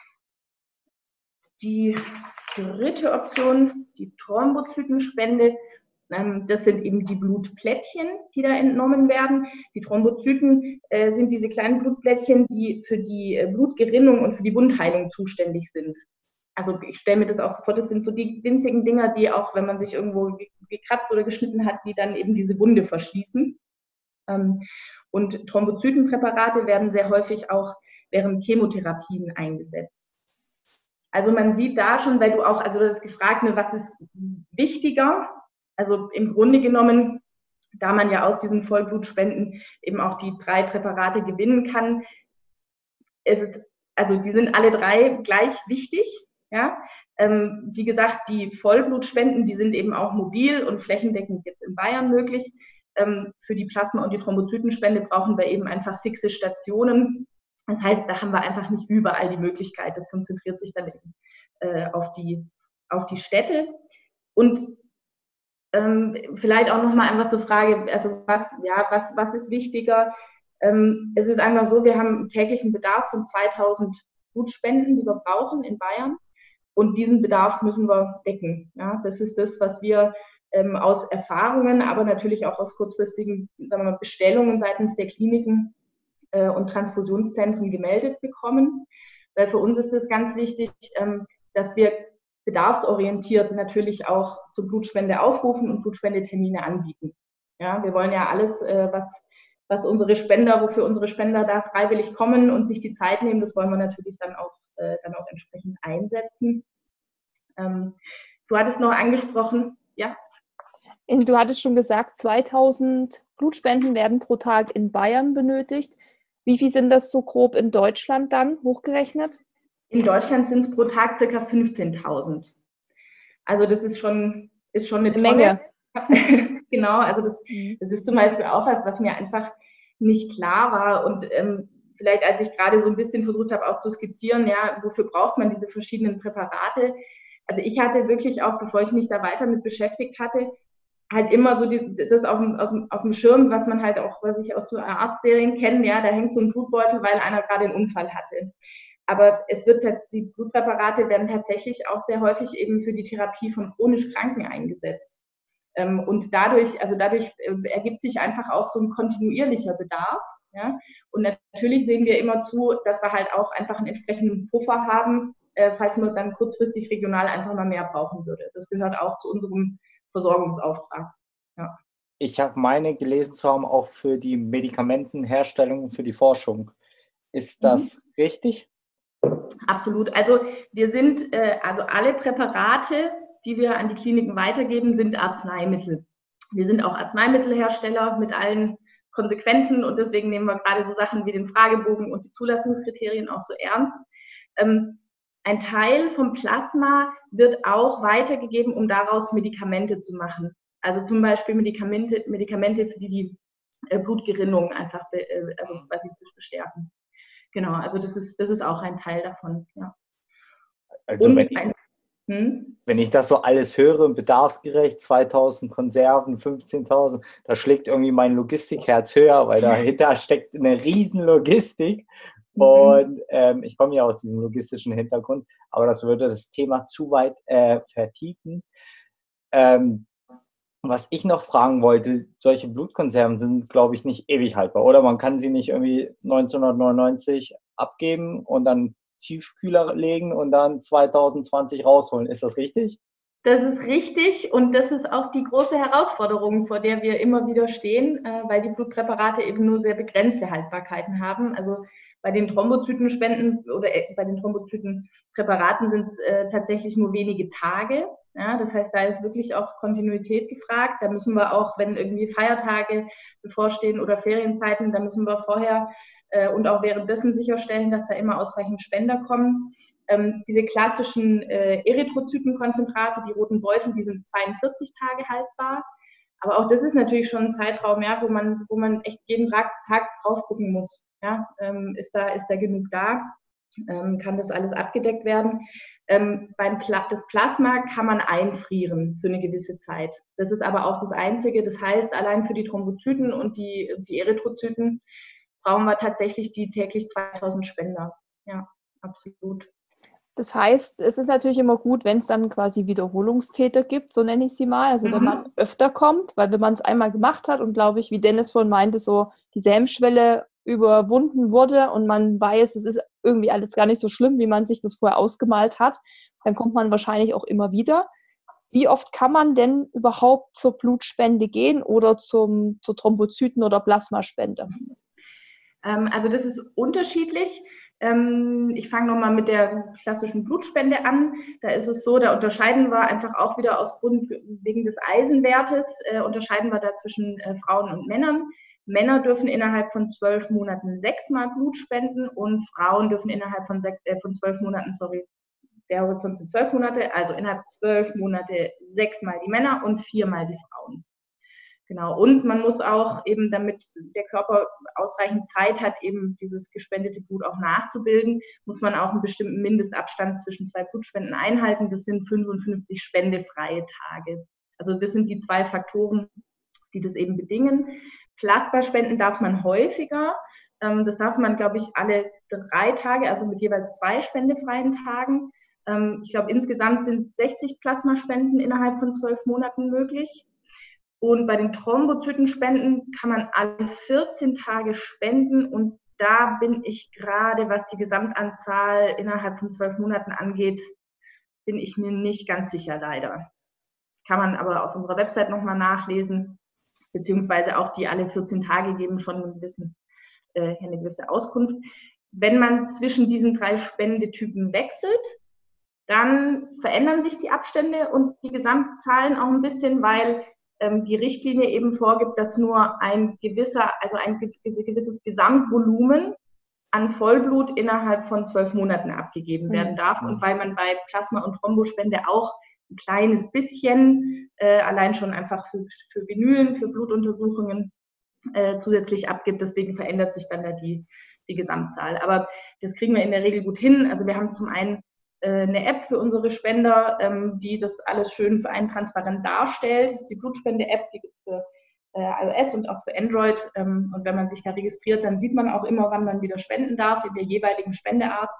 Die dritte Option, die Thrombozytenspende, ähm, das sind eben die Blutplättchen, die da entnommen werden. Die Thrombozyten äh, sind diese kleinen Blutplättchen, die für die äh, Blutgerinnung und für die Wundheilung zuständig sind. Also ich stelle mir das auch so vor, das sind so die winzigen Dinger, die auch, wenn man sich irgendwo gekratzt oder geschnitten hat, die dann eben diese Wunde verschließen. Ähm, und Thrombozytenpräparate werden sehr häufig auch während Chemotherapien eingesetzt. Also man sieht da schon, weil du auch, also du hast gefragt, ne, was ist wichtiger? Also im Grunde genommen, da man ja aus diesen Vollblutspenden eben auch die drei Präparate gewinnen kann, ist es, also die sind alle drei gleich wichtig. Ja? Ähm, wie gesagt, die Vollblutspenden, die sind eben auch mobil und flächendeckend jetzt in Bayern möglich. Ähm, für die Plasma- und die Thrombozytenspende brauchen wir eben einfach fixe Stationen. Das heißt, da haben wir einfach nicht überall die Möglichkeit. Das konzentriert sich dann eben äh, auf die, auf die Städte. Und ähm, vielleicht auch nochmal einfach zur Frage, also was, ja, was, was ist wichtiger? Ähm, es ist einfach so, wir haben einen täglichen Bedarf von zweitausend Blutspenden, die wir brauchen in Bayern. Und diesen Bedarf müssen wir decken. Ja? Das ist das, was wir ähm, aus Erfahrungen, aber natürlich auch aus kurzfristigen, sagen wir mal, Bestellungen seitens der Kliniken äh, und Transfusionszentren gemeldet bekommen. Weil für uns ist es ganz wichtig, ähm, dass wir bedarfsorientiert natürlich auch zur Blutspende aufrufen und Blutspendetermine anbieten. Ja, wir wollen ja alles, äh, was, was unsere Spender, wofür unsere Spender da freiwillig kommen und sich die Zeit nehmen, das wollen wir natürlich dann auch, äh, dann auch entsprechend einsetzen. Ähm, du hattest noch angesprochen, ja? Du hattest schon gesagt, zweitausend Blutspenden werden pro Tag in Bayern benötigt. Wie viel sind das so grob in Deutschland dann hochgerechnet? In Deutschland sind es pro Tag circa fünfzehntausend. Also das ist schon, ist schon eine, eine Menge. Genau, also das, das ist zum Beispiel auch was, was mir einfach nicht klar war. Und ähm, vielleicht, als ich gerade so ein bisschen versucht habe, auch zu skizzieren, ja, wofür braucht man diese verschiedenen Präparate? Also ich hatte wirklich auch, bevor ich mich da weiter mit beschäftigt hatte, halt immer so die, das auf dem, auf, dem, auf dem Schirm, was man halt auch, was ich aus so Arztserien kenne, ja, da hängt so ein Blutbeutel, weil einer gerade einen Unfall hatte. Aber es wird, die Blutpräparate werden tatsächlich auch sehr häufig eben für die Therapie von chronisch Kranken eingesetzt. Und dadurch, also dadurch ergibt sich einfach auch so ein kontinuierlicher Bedarf. Ja? Und natürlich sehen wir immer zu, dass wir halt auch einfach einen entsprechenden Puffer haben, falls man dann kurzfristig regional einfach mal mehr brauchen würde. Das gehört auch zu unserem Versorgungsauftrag. Ja. Ich habe meine gelesen zu haben, auch für die Medikamentenherstellung und für die Forschung. Ist das mhm. richtig? Absolut. Also wir sind, äh, also alle Präparate, die wir an die Kliniken weitergeben, sind Arzneimittel. Wir sind auch Arzneimittelhersteller mit allen Konsequenzen und deswegen nehmen wir gerade so Sachen wie den Fragebogen und die Zulassungskriterien auch so ernst. Ähm, ein Teil vom Plasma wird auch weitergegeben, um daraus Medikamente zu machen. Also zum Beispiel Medikamente, Medikamente für die, die äh, Blutgerinnung einfach äh, also, was sie bestärken. Genau, also das ist, das ist auch ein Teil davon. Ja. Also wenn, ein, hm? wenn ich das so alles höre, bedarfsgerecht, zweitausend Konserven, fünfzehntausend, da schlägt irgendwie mein Logistikherz höher, weil dahinter steckt eine riesen Logistik. Mhm. Und ähm, ich komme ja aus diesem logistischen Hintergrund, aber das würde das Thema zu weit äh, vertiefen. Ähm, Was ich noch fragen wollte, solche Blutkonserven sind, glaube ich, nicht ewig haltbar, oder? Man kann sie nicht irgendwie neunzehnhundertneunundneunzig abgeben und dann Tiefkühler legen und dann zweitausendzwanzig rausholen. Ist das richtig? Das ist richtig und das ist auch die große Herausforderung, vor der wir immer wieder stehen, weil die Blutpräparate eben nur sehr begrenzte Haltbarkeiten haben. Also bei den Thrombozytenspenden oder bei den Thrombozytenpräparaten sind es äh, tatsächlich nur wenige Tage. Ja, das heißt, da ist wirklich auch Kontinuität gefragt. Da müssen wir auch, wenn irgendwie Feiertage bevorstehen oder Ferienzeiten, da müssen wir vorher äh, und auch währenddessen sicherstellen, dass da immer ausreichend Spender kommen. Ähm, diese klassischen äh, Erythrozytenkonzentrate, die roten Beutel, die sind zweiundvierzig Tage haltbar. Aber auch das ist natürlich schon ein Zeitraum, ja, wo man, wo man echt jeden Tag, Tag drauf gucken muss. Ja, ähm, ist da, ist da genug da? Ähm, kann das alles abgedeckt werden? Ähm, beim Pla- das Plasma kann man einfrieren für eine gewisse Zeit. Das ist aber auch das Einzige. Das heißt, allein für die Thrombozyten und die, die Erythrozyten brauchen wir tatsächlich die täglich zweitausend Spender. Ja, absolut. Das heißt, es ist natürlich immer gut, wenn es dann quasi Wiederholungstäter gibt, so nenne ich sie mal. Also mhm. wenn man öfter kommt, weil wenn man es einmal gemacht hat und glaube ich, wie Dennis vorhin meinte, so diese Hemmschwelle überwunden wurde und man weiß, es ist irgendwie alles gar nicht so schlimm, wie man sich das vorher ausgemalt hat, dann kommt man wahrscheinlich auch immer wieder. Wie oft kann man denn überhaupt zur Blutspende gehen oder zum, zur Thrombozyten- oder Plasmaspende? Ähm, also das ist unterschiedlich. Ähm, ich fange nochmal mit der klassischen Blutspende an. Da ist es so, da unterscheiden wir einfach auch wieder aus Grund wegen des Eisenwertes, äh, unterscheiden wir da zwischen äh, Frauen und Männern. Männer dürfen innerhalb von zwölf Monaten sechsmal Blut spenden und Frauen dürfen innerhalb von, sech, äh, von zwölf Monaten, sorry, der Horizont sind zwölf Monate, also innerhalb zwölf Monate sechsmal die Männer und viermal die Frauen. Genau, und man muss auch eben, damit der Körper ausreichend Zeit hat, eben dieses gespendete Blut auch nachzubilden, muss man auch einen bestimmten Mindestabstand zwischen zwei Blutspenden einhalten. Das sind fünfundfünfzig spendefreie Tage. Also das sind die zwei Faktoren, die das eben bedingen. Plasma spenden darf man häufiger. Das darf man, glaube ich, alle drei Tage, also mit jeweils zwei spendefreien Tagen. Ich glaube, insgesamt sind sechzig Plasmaspenden innerhalb von zwölf Monaten möglich. Und bei den Thrombozytenspenden kann man alle vierzehn Tage spenden. Und da bin ich gerade, was die Gesamtanzahl innerhalb von zwölf Monaten angeht, bin ich mir nicht ganz sicher, leider. Kann man aber auf unserer Website nochmal nachlesen, beziehungsweise auch die alle vierzehn Tage geben schon einen gewissen, äh, eine gewisse Auskunft. Wenn man zwischen diesen drei Spendetypen wechselt, dann verändern sich die Abstände und die Gesamtzahlen auch ein bisschen, weil ähm, die Richtlinie eben vorgibt, dass nur ein gewisser, also ein gewisses Gesamtvolumen an Vollblut innerhalb von zwölf Monaten abgegeben werden darf. Und weil man bei Plasma- und Thrombospende auch ein kleines bisschen, äh, allein schon einfach für, für Vinylen, für Blutuntersuchungen äh, zusätzlich abgibt, deswegen verändert sich dann da die, die Gesamtzahl. Aber das kriegen wir in der Regel gut hin. Also wir haben zum einen eine App für unsere Spender, die das alles schön für einen transparent darstellt. Das ist die Blutspende-App, die gibt es für iOS und auch für Android. Und wenn man sich da registriert, dann sieht man auch immer, wann man wieder spenden darf in der jeweiligen Spendeart.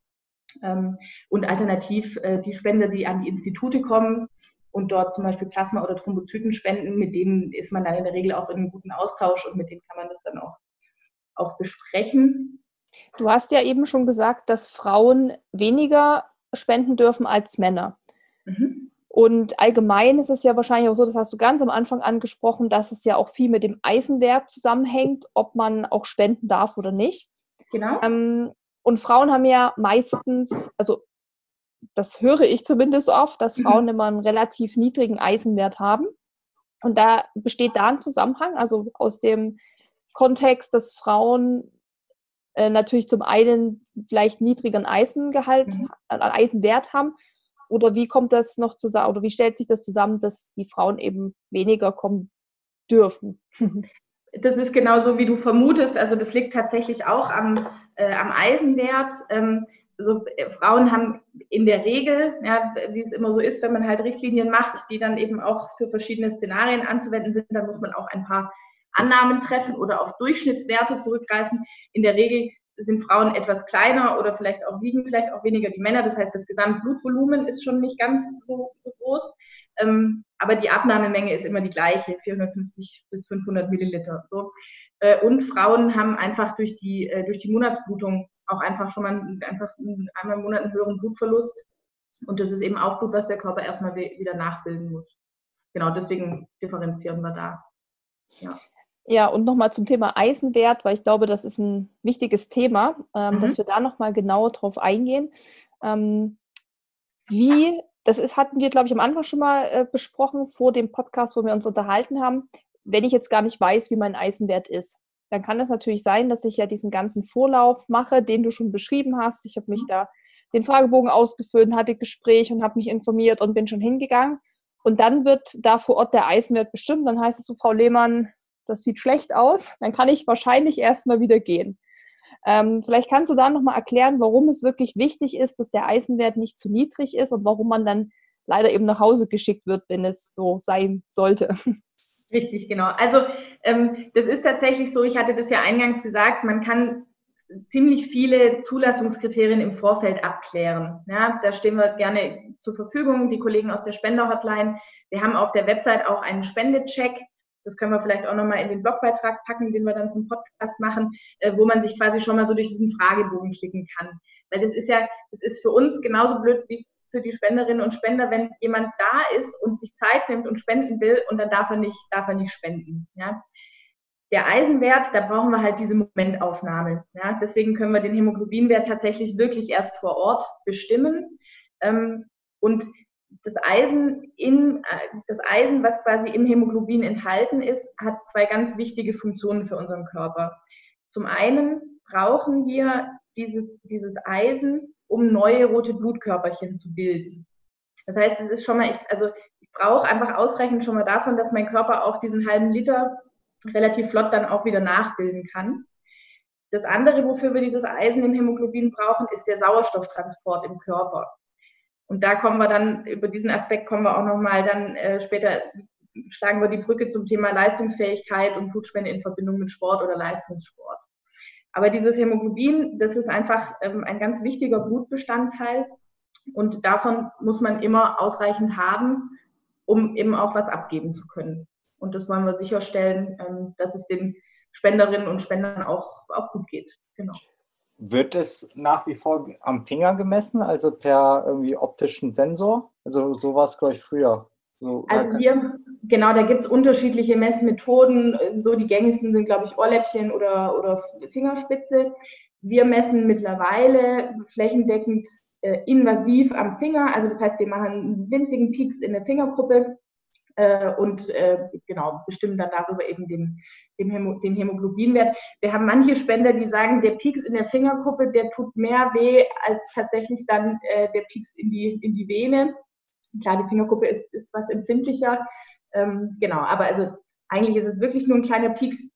Und alternativ die Spender, die an die Institute kommen und dort zum Beispiel Plasma- oder Thrombozyten spenden, mit denen ist man dann in der Regel auch in einem guten Austausch und mit denen kann man das dann auch, auch besprechen. Du hast ja eben schon gesagt, dass Frauen weniger spenden dürfen als Männer. Mhm. Und allgemein ist es ja wahrscheinlich auch so, das hast du ganz am Anfang angesprochen, dass es ja auch viel mit dem Eisenwert zusammenhängt, ob man auch spenden darf oder nicht. Genau. Ähm, und Frauen haben ja meistens, also das höre ich zumindest oft, dass Frauen mhm. immer einen relativ niedrigen Eisenwert haben. Und da besteht da ein Zusammenhang, also aus dem Kontext, dass Frauen Äh, natürlich zum einen vielleicht niedrigeren Eisengehalt, mhm. äh, Eisenwert haben, oder wie kommt das noch zusammen, oder wie stellt sich das zusammen, dass die Frauen eben weniger kommen dürfen? Das ist genauso, wie du vermutest, also das liegt tatsächlich auch am, äh, am Eisenwert. Ähm, also, äh, Frauen haben in der Regel, ja, wie es immer so ist, wenn man halt Richtlinien macht, die dann eben auch für verschiedene Szenarien anzuwenden sind, dann muss man auch ein paar Annahmen treffen oder auf Durchschnittswerte zurückgreifen. In der Regel sind Frauen etwas kleiner oder vielleicht auch wiegen vielleicht auch weniger die Männer. Das heißt, das Gesamtblutvolumen ist schon nicht ganz so, so groß. Ähm, aber die Abnahmemenge ist immer die gleiche, vierhundertfünfzig bis fünfhundert Milliliter. So. Äh, und Frauen haben einfach durch die, äh, durch die Monatsblutung auch einfach schon mal einfach einmal im Monat einen höheren Blutverlust. Und das ist eben auch Blut, was der Körper erstmal wieder nachbilden muss. Genau, deswegen differenzieren wir da. Ja. Ja, und nochmal zum Thema Eisenwert, weil ich glaube, das ist ein wichtiges Thema, ähm, mhm. dass wir da nochmal genauer drauf eingehen. Ähm, wie, das ist, hatten wir, glaube ich, am Anfang schon mal äh, besprochen, vor dem Podcast, wo wir uns unterhalten haben. Wenn ich jetzt gar nicht weiß, wie mein Eisenwert ist, dann kann das natürlich sein, dass ich ja diesen ganzen Vorlauf mache, den du schon beschrieben hast. Ich habe mich da den Fragebogen ausgefüllt, hatte Gespräch und habe mich informiert und bin schon hingegangen. Und dann wird da vor Ort der Eisenwert bestimmt. Dann heißt es so, Frau Lehmann, das sieht schlecht aus, dann kann ich wahrscheinlich erstmal wieder gehen. Ähm, vielleicht kannst du da nochmal erklären, warum es wirklich wichtig ist, dass der Eisenwert nicht zu niedrig ist und warum man dann leider eben nach Hause geschickt wird, wenn es so sein sollte. Richtig, genau. Also ähm, das ist tatsächlich so, ich hatte das ja eingangs gesagt, man kann ziemlich viele Zulassungskriterien im Vorfeld abklären. Ja, da stehen wir gerne zur Verfügung, die Kollegen aus der Spender-Hotline. Wir haben auf der Website auch einen Spendecheck. Das können wir vielleicht auch nochmal in den Blogbeitrag packen, den wir dann zum Podcast machen, äh, wo man sich quasi schon mal so durch diesen Fragebogen klicken kann. Weil das ist ja, das ist für uns genauso blöd wie für die Spenderinnen und Spender, wenn jemand da ist und sich Zeit nimmt und spenden will und dann darf er nicht, darf er nicht spenden. Ja? Der Eisenwert, da brauchen wir halt diese Momentaufnahme. Ja? Deswegen können wir den Hämoglobinwert tatsächlich wirklich erst vor Ort bestimmen. Ähm, und Das Eisen, in, das Eisen, was quasi im Hämoglobin enthalten ist, hat zwei ganz wichtige Funktionen für unseren Körper. Zum einen brauchen wir dieses, dieses Eisen, um neue rote Blutkörperchen zu bilden. Das heißt, es ist schon mal, ich, also ich brauche einfach ausreichend schon mal davon, dass mein Körper auch diesen halben Liter relativ flott dann auch wieder nachbilden kann. Das andere, wofür wir dieses Eisen im Hämoglobin brauchen, ist der Sauerstofftransport im Körper. Und da kommen wir dann, über diesen Aspekt kommen wir auch nochmal dann äh, später, schlagen wir die Brücke zum Thema Leistungsfähigkeit und Blutspende in Verbindung mit Sport oder Leistungssport. Aber dieses Hämoglobin, das ist einfach ähm, ein ganz wichtiger Blutbestandteil und davon muss man immer ausreichend haben, um eben auch was abgeben zu können. Und das wollen wir sicherstellen, ähm, dass es den Spenderinnen und Spendern auch, auch gut geht. Genau. Wird es nach wie vor am Finger gemessen, also per irgendwie optischen Sensor? Also so war es, glaube ich, früher. So, also wir, genau, da gibt es unterschiedliche Messmethoden. So die gängigsten sind, glaube ich, Ohrläppchen oder, oder Fingerspitze. Wir messen mittlerweile flächendeckend äh, invasiv am Finger. Also das heißt, wir machen einen winzigen Pieks in der Fingerkuppe äh, und äh, genau, bestimmen dann darüber eben den, den, Hämo, den Hämoglobinwert. Wir haben manche Spender, die sagen, der Pieks in der Fingerkuppe, der tut mehr weh als tatsächlich dann äh, der Pieks in die, in die Vene. Klar, die Fingerkuppe ist, ist was empfindlicher. Ähm, genau, aber also eigentlich ist es wirklich nur ein kleiner Pieks.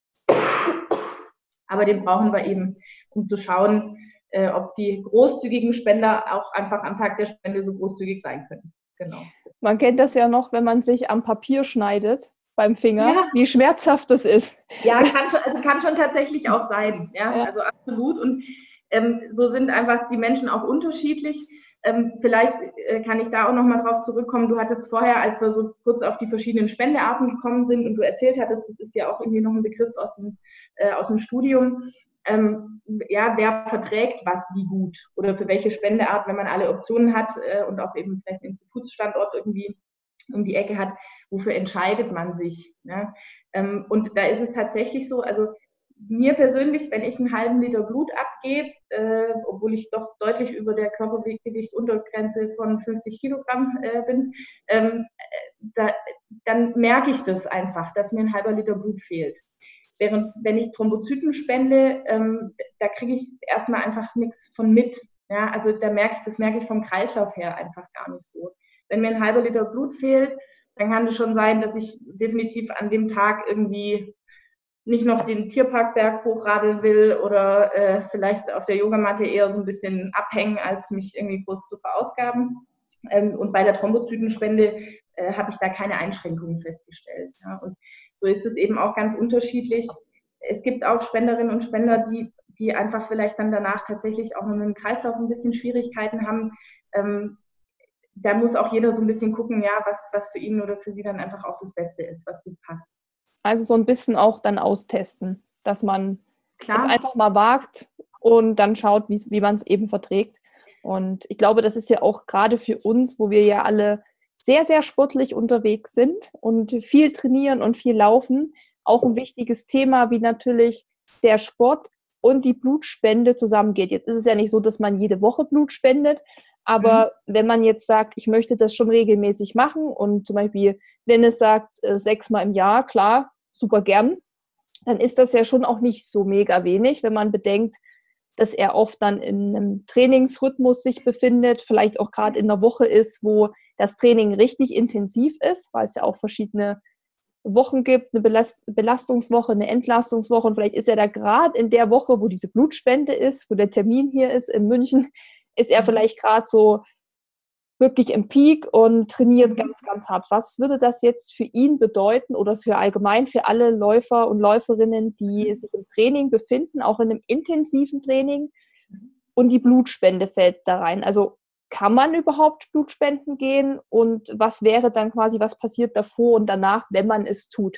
Aber den brauchen wir eben, um zu schauen, äh, ob die großzügigen Spender auch einfach am Tag der Spende so großzügig sein können. Genau. Man kennt das ja noch, wenn man sich am Papier schneidet beim Finger, ja. wie schmerzhaft das ist. Ja, kann schon, also kann schon tatsächlich auch sein. Ja, ja. Also absolut. Und ähm, so sind einfach die Menschen auch unterschiedlich. Ähm, vielleicht äh, kann ich da auch nochmal drauf zurückkommen. Du hattest vorher, als wir so kurz auf die verschiedenen Spendearten gekommen sind und du erzählt hattest, das ist ja auch irgendwie noch ein Begriff aus dem, äh, aus dem Studium, ähm, ja, wer verträgt was wie gut oder für welche Spendeart, wenn man alle Optionen hat äh, und auch eben vielleicht einen Institutsstandort irgendwie um die Ecke hat, wofür entscheidet man sich? Ne? Ähm, und da ist es tatsächlich so, also mir persönlich, wenn ich einen halben Liter Blut abgebe, äh, obwohl ich doch deutlich über der Körpergewichtsuntergrenze von fünfzig Kilogramm äh, bin, ähm, da, dann merke ich das einfach, dass mir ein halber Liter Blut fehlt. Während wenn ich Thrombozyten spende, ähm, da kriege ich erstmal einfach nichts von mit. Ja? Also da merke ich, das merke ich vom Kreislauf her einfach gar nicht so. Wenn mir ein halber Liter Blut fehlt, dann kann es schon sein, dass ich definitiv an dem Tag irgendwie nicht noch den Tierparkberg hochradeln will oder äh, vielleicht auf der Yogamatte eher so ein bisschen abhängen, als mich irgendwie groß zu verausgaben. Ähm, und bei der Thrombozytenspende äh, habe ich da keine Einschränkungen festgestellt. Ja. Und so ist es eben auch ganz unterschiedlich. Es gibt auch Spenderinnen und Spender, die, die einfach vielleicht dann danach tatsächlich auch noch mit dem Kreislauf ein bisschen Schwierigkeiten haben. Ähm, da muss auch jeder so ein bisschen gucken, ja, was, was für ihn oder für sie dann einfach auch das Beste ist, was gut passt. Also so ein bisschen auch dann austesten, dass man Klar. es einfach mal wagt und dann schaut, wie, wie man es eben verträgt. Und ich glaube, das ist ja auch gerade für uns, wo wir ja alle sehr, sehr sportlich unterwegs sind und viel trainieren und viel laufen, auch ein wichtiges Thema, wie natürlich der Sport und die Blutspende zusammengeht. Jetzt ist es ja nicht so, dass man jede Woche Blut spendet, aber mhm. wenn man jetzt sagt, ich möchte das schon regelmäßig machen und zum Beispiel Dennis sagt, äh, sechsmal im Jahr, klar, super gern, dann ist das ja schon auch nicht so mega wenig, wenn man bedenkt, dass er oft dann in einem Trainingsrhythmus sich befindet, vielleicht auch gerade in einer Woche ist, wo das Training richtig intensiv ist, weil es ja auch verschiedene Wochen gibt, eine Belast- Belastungswoche, eine Entlastungswoche und vielleicht ist er da gerade in der Woche, wo diese Blutspende ist, wo der Termin hier ist in München, ist er vielleicht gerade so wirklich im Peak und trainiert ganz, ganz hart. Was würde das jetzt für ihn bedeuten oder für allgemein für alle Läufer und Läuferinnen, die sich im Training befinden, auch in einem intensiven Training und die Blutspende fällt da rein? Also kann man überhaupt Blutspenden gehen und was wäre dann quasi, was passiert davor und danach, wenn man es tut?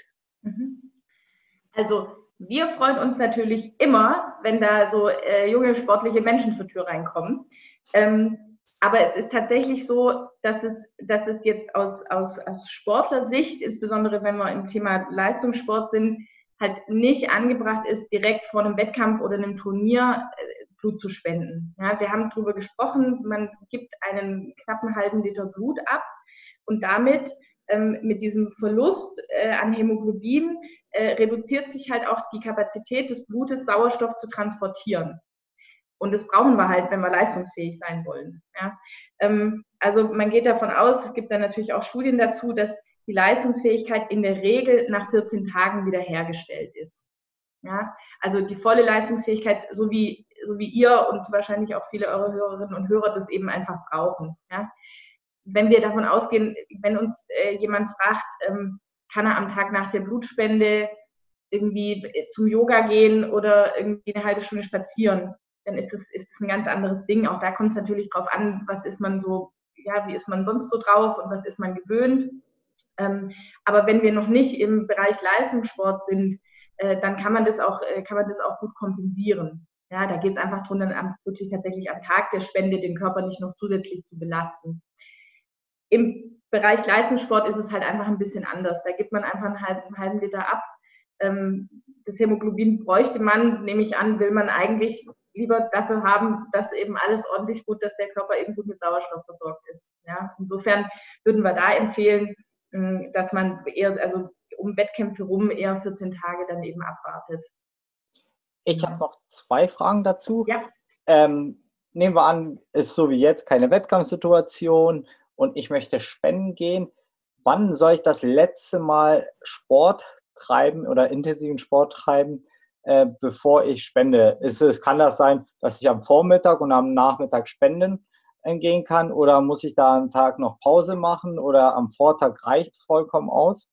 Also wir freuen uns natürlich immer, wenn da so äh, junge sportliche Menschen zur Tür reinkommen. Ähm, Aber es ist tatsächlich so, dass es, dass es jetzt aus, aus, aus Sportlersicht, insbesondere wenn wir im Thema Leistungssport sind, halt nicht angebracht ist, direkt vor einem Wettkampf oder einem Turnier äh, Blut zu spenden. Ja, wir haben darüber gesprochen, man gibt einen knappen halben Liter Blut ab und damit ähm, mit diesem Verlust äh, an Hämoglobin äh, reduziert sich halt auch die Kapazität des Blutes, Sauerstoff zu transportieren. Und das brauchen wir halt, wenn wir leistungsfähig sein wollen. Ja. Ähm, also man geht davon aus, es gibt dann natürlich auch Studien dazu, dass die Leistungsfähigkeit in der Regel nach vierzehn Tagen wiederhergestellt ist. Ja. Also die volle Leistungsfähigkeit, so wie, so wie ihr und wahrscheinlich auch viele eurer Hörerinnen und Hörer das eben einfach brauchen. Ja? Wenn wir davon ausgehen, wenn uns äh, jemand fragt, ähm, kann er am Tag nach der Blutspende irgendwie zum Yoga gehen oder irgendwie eine halbe Stunde spazieren, dann ist es ist es ein ganz anderes Ding. Auch da kommt es natürlich drauf an, was ist man so, ja, wie ist man sonst so drauf und was ist man gewöhnt. Ähm, aber wenn wir noch nicht im Bereich Leistungssport sind, äh, dann kann man das auch, äh, kann man das auch gut kompensieren. Ja, da geht es einfach darum, dann wirklich tatsächlich am Tag der Spende den Körper nicht noch zusätzlich zu belasten. Im Bereich Leistungssport ist es halt einfach ein bisschen anders. Da gibt man einfach einen halben, einen halben Liter ab. Ähm, das Hämoglobin bräuchte man, nehme ich an, will man eigentlich lieber dafür haben, dass eben alles ordentlich gut, dass der Körper eben gut mit Sauerstoff versorgt ist. Ja, insofern würden wir da empfehlen, dass man eher, also um Wettkämpfe rum, eher vierzehn Tage dann eben abwartet. Ich habe noch zwei Fragen dazu. Ja. Ähm, nehmen wir an, ist so wie jetzt keine Wettkampfsituation und ich möchte spenden gehen. Wann soll ich das letzte Mal Sport treiben oder intensiven Sport treiben, äh, bevor ich spende? Ist es, kann das sein, dass ich am Vormittag und am Nachmittag spenden gehen kann oder muss ich da einen Tag noch Pause machen oder am Vortag reicht vollkommen aus?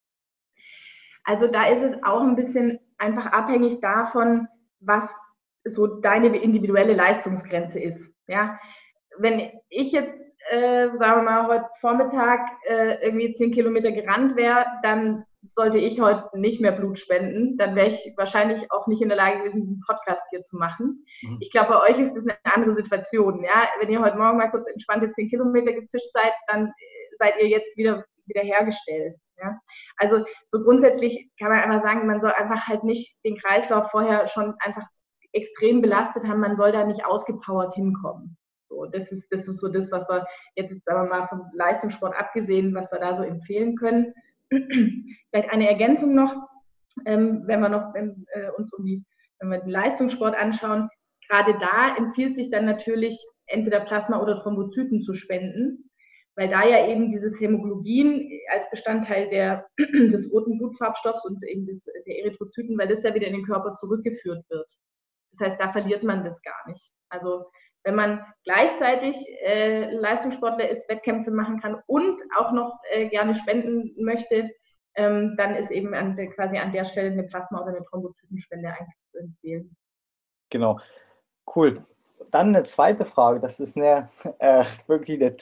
Also da ist es auch ein bisschen einfach abhängig davon, was so deine individuelle Leistungsgrenze ist. Ja? Wenn ich jetzt, äh, sagen wir mal, heute Vormittag äh, irgendwie zehn Kilometer gerannt wäre, dann sollte ich heute nicht mehr Blut spenden. Dann wäre ich wahrscheinlich auch nicht in der Lage gewesen, diesen Podcast hier zu machen. Mhm. Ich glaube, bei euch ist das eine andere Situation. Ja? Wenn ihr heute Morgen mal kurz entspannte zehn Kilometer gezischt seid, dann seid ihr jetzt wieder, wieder hergestellt. Ja? Also so grundsätzlich kann man einfach sagen, man soll einfach halt nicht den Kreislauf vorher schon einfach extrem belastet haben. Man soll da nicht ausgepowert hinkommen. So, das ist, das ist so das, was wir jetzt, sagen wir mal, vom Leistungssport abgesehen, was wir da so empfehlen können. Vielleicht eine Ergänzung noch, ähm, wenn wir noch wenn, äh, uns um die, wenn wir den Leistungssport anschauen, gerade da empfiehlt sich dann natürlich entweder Plasma oder Thrombozyten zu spenden, weil da ja eben dieses Hämoglobin als Bestandteil der, des roten Blutfarbstoffs und eben des, der Erythrozyten, weil das ja wieder in den Körper zurückgeführt wird. Das heißt, da verliert man das gar nicht. Also wenn man gleichzeitig äh, Leistungssportler ist, Wettkämpfe machen kann und auch noch äh, gerne spenden möchte, ähm, dann ist eben an der, quasi an der Stelle eine Plasma- oder eine Thrombozytenspende eigentlich zu empfehlen. Genau, cool. Dann eine zweite Frage, das ist eine äh, wirklich eine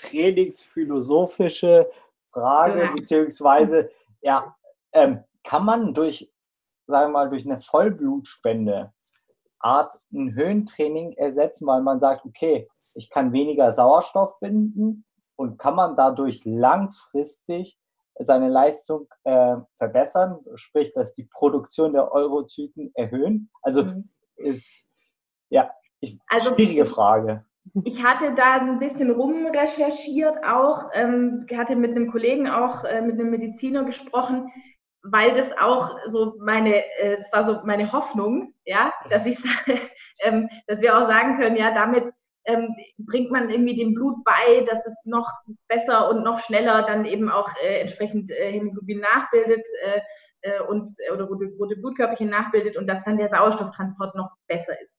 trainingsphilosophische Frage, ja. beziehungsweise ja, ähm, kann man durch, sagen wir mal, durch eine Vollblutspende Art ein Höhentraining ersetzen, weil man sagt, okay, ich kann weniger Sauerstoff binden und kann man dadurch langfristig seine Leistung äh, verbessern, sprich, dass die Produktion der Erythrozyten erhöhen? Also mhm. ist, ja, ich, also, schwierige Frage. Ich hatte da ein bisschen rumrecherchiert auch, ähm, hatte mit einem Kollegen auch, äh, mit einem Mediziner gesprochen, weil das auch so meine, äh, das war so meine Hoffnung, ja, dass ich, ähm, dass wir auch sagen können, ja, damit ähm, bringt man irgendwie dem Blut bei, dass es noch besser und noch schneller dann eben auch äh, entsprechend äh, Hämoglobin nachbildet äh, äh, und oder rote, rote Blutkörperchen nachbildet und dass dann der Sauerstofftransport noch besser ist.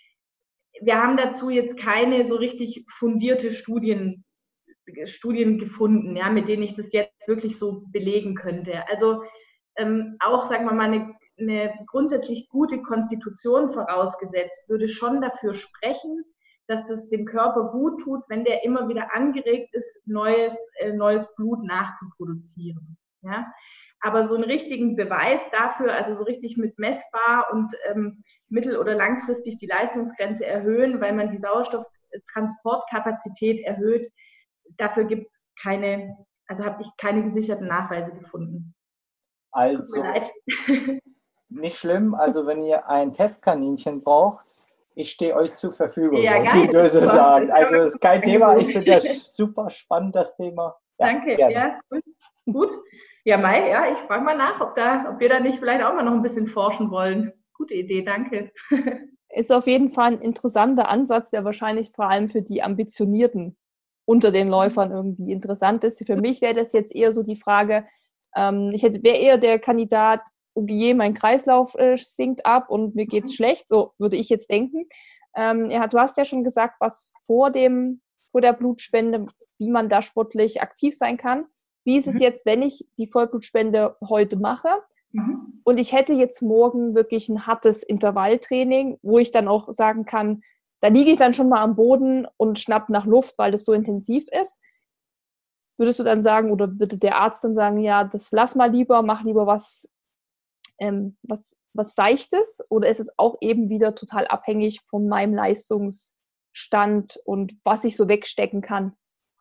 Wir haben dazu jetzt keine so richtig fundierte Studien, Studien gefunden, ja, mit denen ich das jetzt wirklich so belegen könnte. Also Ähm, auch, sagen wir mal, eine, eine grundsätzlich gute Konstitution vorausgesetzt, würde schon dafür sprechen, dass es dem Körper gut tut, wenn der immer wieder angeregt ist, neues, äh, neues Blut nachzuproduzieren. Ja? Aber so einen richtigen Beweis dafür, also so richtig mit messbar und ähm, mittel- oder langfristig die Leistungsgrenze erhöhen, weil man die Sauerstofftransportkapazität erhöht, dafür gibt es keine, also habe ich keine gesicherten Nachweise gefunden. Also, nicht schlimm. Also, wenn ihr ein Testkaninchen braucht, ich stehe euch zur Verfügung. Ja, geil. Ich würde sagen. Also, es ist kein Thema. Ich finde das super spannend, das Thema. Ja, danke. Gerne. Ja, gut. gut. Ja, Mai, ja, ich frage mal nach, ob, da, ob wir da nicht vielleicht auch mal noch ein bisschen forschen wollen. Gute Idee, danke. Ist auf jeden Fall ein interessanter Ansatz, der wahrscheinlich vor allem für die Ambitionierten unter den Läufern irgendwie interessant ist. Für mich wäre das jetzt eher so die Frage, ähm, ich wäre eher der Kandidat, oh je, mein Kreislauf äh, sinkt ab und mir geht's schlecht, so würde ich jetzt denken. Ähm, ja, du hast ja schon gesagt, was vor dem, vor der Blutspende, wie man da sportlich aktiv sein kann. Wie ist es Mhm. jetzt, wenn ich die Vollblutspende heute mache Mhm. und ich hätte jetzt morgen wirklich ein hartes Intervalltraining, wo ich dann auch sagen kann, da liege ich dann schon mal am Boden und schnapp nach Luft, weil das so intensiv ist. Würdest du dann sagen, oder würde der Arzt dann sagen, ja, das lass mal lieber, mach lieber was, ähm, was, was Seichtes? Oder ist es auch eben wieder total abhängig von meinem Leistungsstand und was ich so wegstecken kann?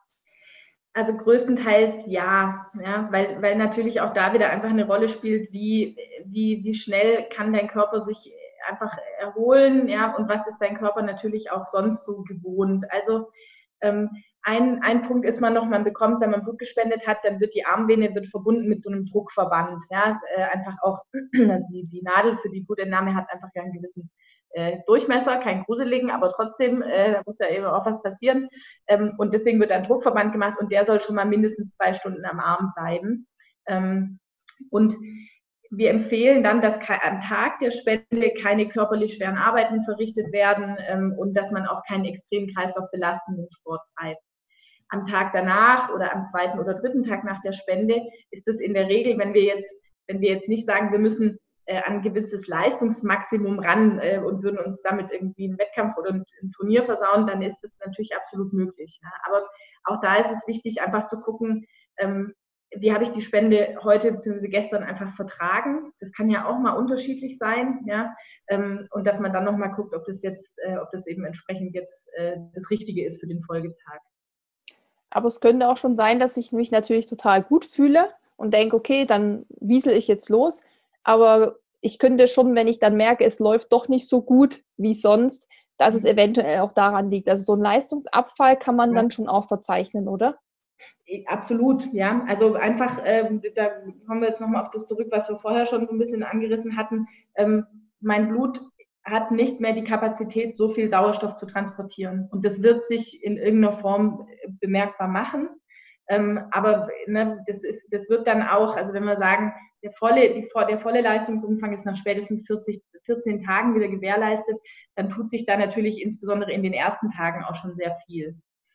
Also größtenteils ja, ja, weil, weil natürlich auch da wieder einfach eine Rolle spielt, wie, wie, wie schnell kann dein Körper sich einfach erholen, ja, und was ist dein Körper natürlich auch sonst so gewohnt. Also ähm, ein, ein Punkt ist man noch, man bekommt, wenn man Blut gespendet hat, dann wird die Armvene wird verbunden mit so einem Druckverband, ja, äh, einfach auch, also die, die Nadel für die Blutentnahme hat einfach ja einen gewissen äh, Durchmesser, keinen gruseligen, aber trotzdem, äh, da muss ja eben auch was passieren. Ähm, und deswegen wird ein Druckverband gemacht und der soll schon mal mindestens zwei Stunden am Arm bleiben. Ähm, und wir empfehlen dann, dass am Tag der Spende keine körperlich schweren Arbeiten verrichtet werden ähm, und dass man auch keinen extremen kreislaufbelastenden Sport treibt. Am Tag danach oder am zweiten oder dritten Tag nach der Spende ist es in der Regel, wenn wir jetzt, wenn wir jetzt nicht sagen, wir müssen äh, an ein gewisses Leistungsmaximum ran äh, und würden uns damit irgendwie einen Wettkampf oder ein, ein Turnier versauen, dann ist das natürlich absolut möglich. Ja. Aber auch da ist es wichtig, einfach zu gucken, ähm, wie habe ich die Spende heute bzw. gestern einfach vertragen. Das kann ja auch mal unterschiedlich sein, ja, ähm, und dass man dann nochmal guckt, ob das jetzt, äh, ob das eben entsprechend jetzt äh, das Richtige ist für den Folgetag. Aber es könnte auch schon sein, dass ich mich natürlich total gut fühle und denke, okay, dann wiesel ich jetzt los. Aber ich könnte schon, wenn ich dann merke, es läuft doch nicht so gut wie sonst, dass es eventuell auch daran liegt. Also so einen Leistungsabfall kann man dann schon auch verzeichnen, oder? Absolut, ja. Also einfach, ähm, da kommen wir jetzt nochmal auf das zurück, was wir vorher schon so ein bisschen angerissen hatten. Ähm, mein Blut hat nicht mehr die Kapazität, so viel Sauerstoff zu transportieren. Und das wird sich in irgendeiner Form bemerkbar machen. Ähm, aber ne, das, ist, das wird dann auch, also wenn wir sagen, der volle, die, der volle Leistungsumfang ist nach spätestens vierzig, vierzehn Tagen wieder gewährleistet, dann tut sich da natürlich insbesondere in den ersten Tagen auch schon sehr viel.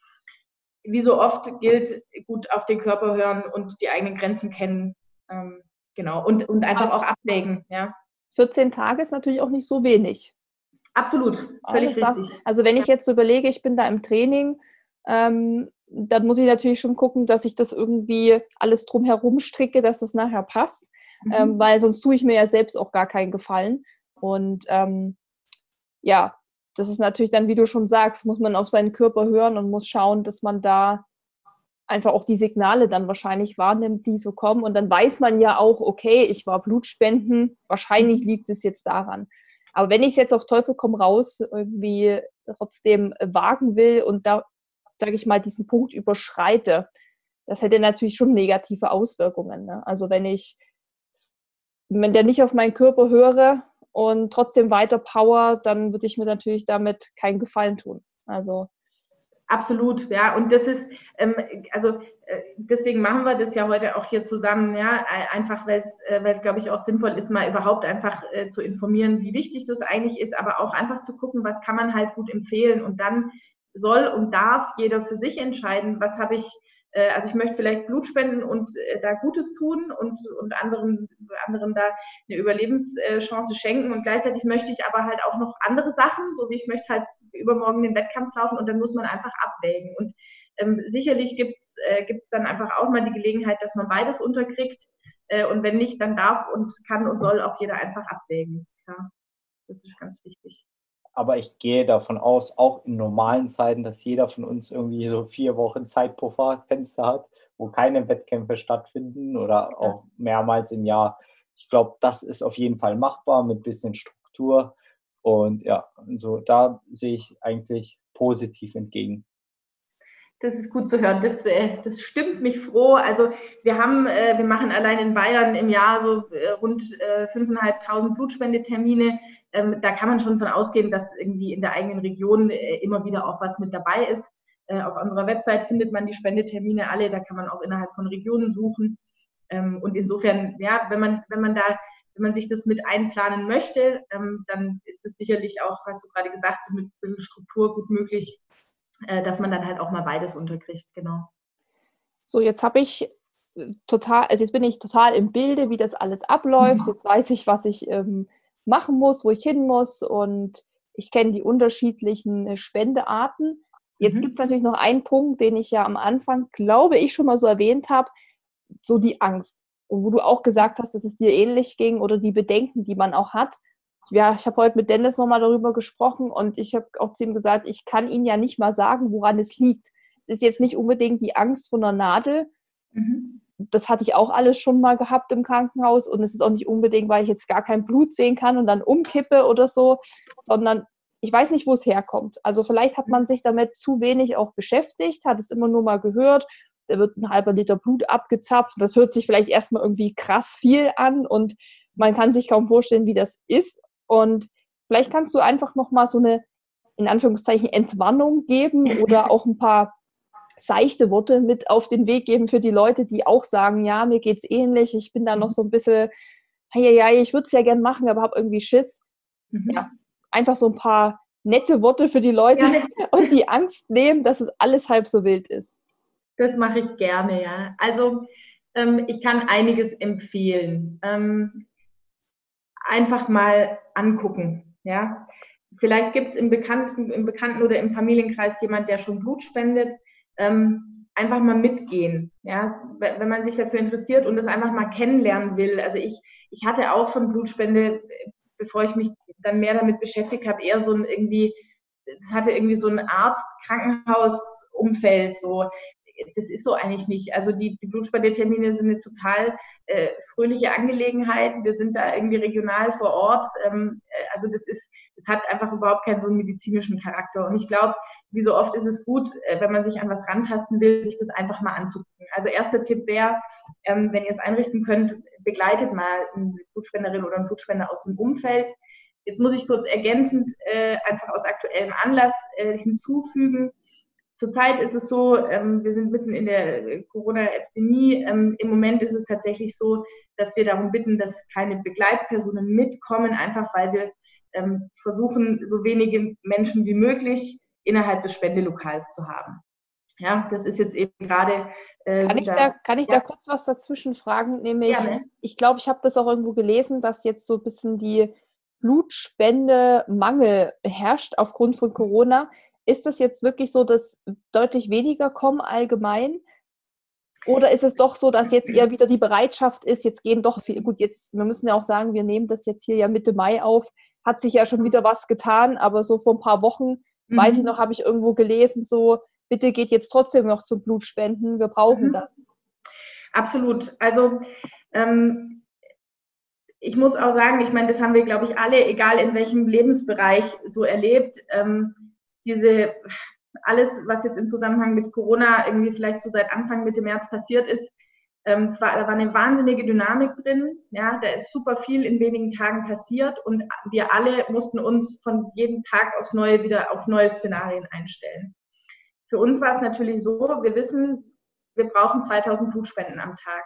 Wie so oft gilt, gut auf den Körper hören und die eigenen Grenzen kennen. Ähm, genau. Und, und einfach auch abwägen. Ja. vierzehn Tage ist natürlich auch nicht so wenig. Absolut, völlig Alles richtig. Das. Also wenn ich jetzt so überlege, ich bin da im Training, ähm, dann muss ich natürlich schon gucken, dass ich das irgendwie alles drumherum stricke, dass das nachher passt. Mhm. Ähm, weil sonst tue ich mir ja selbst auch gar keinen Gefallen. Und ähm, ja, das ist natürlich dann, wie du schon sagst, muss man auf seinen Körper hören und muss schauen, dass man da einfach auch die Signale dann wahrscheinlich wahrnimmt, die so kommen. Und dann weiß man ja auch, okay, ich war Blutspenden, wahrscheinlich liegt es jetzt daran. Aber wenn ich es jetzt auf Teufel komm raus irgendwie trotzdem wagen will und da, sage ich mal, diesen Punkt überschreite, das hätte natürlich schon negative Auswirkungen. Ne? Also wenn ich, wenn der nicht auf meinen Körper höre und trotzdem weiter Power, dann würde ich mir natürlich damit keinen Gefallen tun. Also absolut, ja. Und das ist, ähm, also äh, deswegen machen wir das ja heute auch hier zusammen, ja, einfach weil es, äh, weil es, glaube ich, auch sinnvoll ist, mal überhaupt einfach äh, zu informieren, wie wichtig das eigentlich ist, aber auch einfach zu gucken, was kann man halt gut empfehlen. Und dann soll und darf jeder für sich entscheiden, was habe ich, äh, also ich möchte vielleicht Blut spenden und äh, da Gutes tun und, und anderen, anderen da eine Überlebenschance schenken. Und gleichzeitig möchte ich aber halt auch noch andere Sachen, so wie ich möchte halt übermorgen den Wettkampf laufen und dann muss man einfach abwägen. Und ähm, sicherlich gibt es äh, gibt's dann einfach auch mal die Gelegenheit, dass man beides unterkriegt äh, und wenn nicht, dann darf und kann und soll auch jeder einfach abwägen. Ja, das ist ganz wichtig. Aber ich gehe davon aus, auch in normalen Zeiten, dass jeder von uns irgendwie so vier Wochen Zeitpufferfenster hat, wo keine Wettkämpfe stattfinden oder auch mehrmals im Jahr. Ich glaube, das ist auf jeden Fall machbar mit ein bisschen Struktur. Und ja, so da sehe ich eigentlich positiv entgegen. Das ist gut zu hören. Das, äh, das stimmt mich froh. Also wir haben, äh, wir machen allein in Bayern im Jahr so äh, rund äh, fünftausendfünfhundert Blutspendetermine. Ähm, da kann man schon von ausgehen, dass irgendwie in der eigenen Region äh, immer wieder auch was mit dabei ist. Äh, auf unserer Website findet man die Spendetermine alle. Da kann man auch innerhalb von Regionen suchen. Ähm, und insofern, ja, wenn man, wenn man da wenn man sich das mit einplanen möchte, ähm, dann ist es sicherlich auch, hast du gerade gesagt, so mit ein bisschen Struktur gut möglich, äh, dass man dann halt auch mal beides unterkriegt, genau. So, jetzt habe ich total, also jetzt bin ich total im Bilde, wie das alles abläuft. Jetzt weiß ich, was ich ähm, machen muss, wo ich hin muss, und ich kenne die unterschiedlichen Spendearten. Jetzt mhm. gibt es natürlich noch einen Punkt, den ich ja am Anfang, glaube ich, schon mal so erwähnt habe, so die Angst. Und wo du auch gesagt hast, dass es dir ähnlich ging, oder die Bedenken, die man auch hat. Ja, ich habe heute mit Dennis nochmal darüber gesprochen, und ich habe auch zu ihm gesagt, ich kann Ihnen ja nicht mal sagen, woran es liegt. Es ist jetzt nicht unbedingt die Angst vor einer Nadel. Mhm. Das hatte ich auch alles schon mal gehabt im Krankenhaus, und es ist auch nicht unbedingt, weil ich jetzt gar kein Blut sehen kann und dann umkippe oder so, sondern ich weiß nicht, wo es herkommt. Also vielleicht hat man sich damit zu wenig auch beschäftigt, hat es immer nur mal gehört, da wird ein halber Liter Blut abgezapft. Das hört sich vielleicht erstmal irgendwie krass viel an, und man kann sich kaum vorstellen, wie das ist. Und vielleicht kannst du einfach nochmal so eine, in Anführungszeichen, Entwarnung geben oder auch ein paar seichte Worte mit auf den Weg geben für die Leute, die auch sagen, ja, mir geht's ähnlich, ich bin da noch so ein bisschen, hey, ja, ich würde es ja gern machen, aber habe irgendwie Schiss. Mhm. Ja, einfach so ein paar nette Worte für die Leute, ja, und die Angst nehmen, dass es alles halb so wild ist. Das mache ich gerne, ja. Also ähm, ich kann einiges empfehlen. Ähm, einfach mal angucken, ja. Vielleicht gibt es im Bekannten, im Bekannten- oder im Familienkreis jemand, der schon Blut spendet. Ähm, einfach mal mitgehen, ja, wenn man sich dafür interessiert und das einfach mal kennenlernen will. Also ich, ich hatte auch schon Blutspende, bevor ich mich dann mehr damit beschäftigt habe, eher so ein irgendwie, das hatte irgendwie so ein Arzt-Krankenhaus-Umfeld, so. Das ist so eigentlich nicht. Also die, die Blutspendetermine sind eine total äh, fröhliche Angelegenheit. Wir sind da irgendwie regional vor Ort. Ähm, also das ist, das hat einfach überhaupt keinen so einen medizinischen Charakter. Und ich glaube, wie so oft ist es gut, äh, wenn man sich an was rantasten will, sich das einfach mal anzugucken. Also erster Tipp wäre, ähm, wenn ihr es einrichten könnt, begleitet mal eine Blutspenderin oder einen Blutspender aus dem Umfeld. Jetzt muss ich kurz ergänzend äh, einfach aus aktuellem Anlass äh, hinzufügen. Zurzeit ist es so, ähm, wir sind mitten in der Corona-Epidemie. Ähm, Im Moment ist es tatsächlich so, dass wir darum bitten, dass keine Begleitpersonen mitkommen, einfach weil wir ähm, versuchen, so wenige Menschen wie möglich innerhalb des Spendelokals zu haben. Ja, das ist jetzt eben gerade... Äh, kann ich, da, kann ich ja. da kurz was dazwischen fragen? Nämlich, ja, ne? Ich glaube, ich habe das auch irgendwo gelesen, dass jetzt so ein bisschen die Blutspendemangel herrscht aufgrund von Corona. Ist das jetzt wirklich so, dass deutlich weniger kommen allgemein? Oder ist es doch so, dass jetzt eher wieder die Bereitschaft ist, jetzt gehen doch viele, gut, jetzt, wir müssen ja auch sagen, wir nehmen das jetzt hier ja Mitte Mai auf, hat sich ja schon wieder was getan, aber so vor ein paar Wochen, mhm. weiß ich noch, habe ich irgendwo gelesen, so, bitte geht jetzt trotzdem noch zum Blutspenden, wir brauchen mhm. das. Absolut. Also, ähm, ich muss auch sagen, ich meine, das haben wir, glaube ich, alle, egal in welchem Lebensbereich, so erlebt. Ähm, diese, alles, was jetzt im Zusammenhang mit Corona irgendwie vielleicht so seit Anfang Mitte März passiert ist, ähm, es war, da war eine wahnsinnige Dynamik drin. Ja, da ist super viel in wenigen Tagen passiert, und wir alle mussten uns von jedem Tag aufs Neue wieder auf neue Szenarien einstellen. Für uns war es natürlich so, wir wissen, wir brauchen zweitausend Blutspenden am Tag.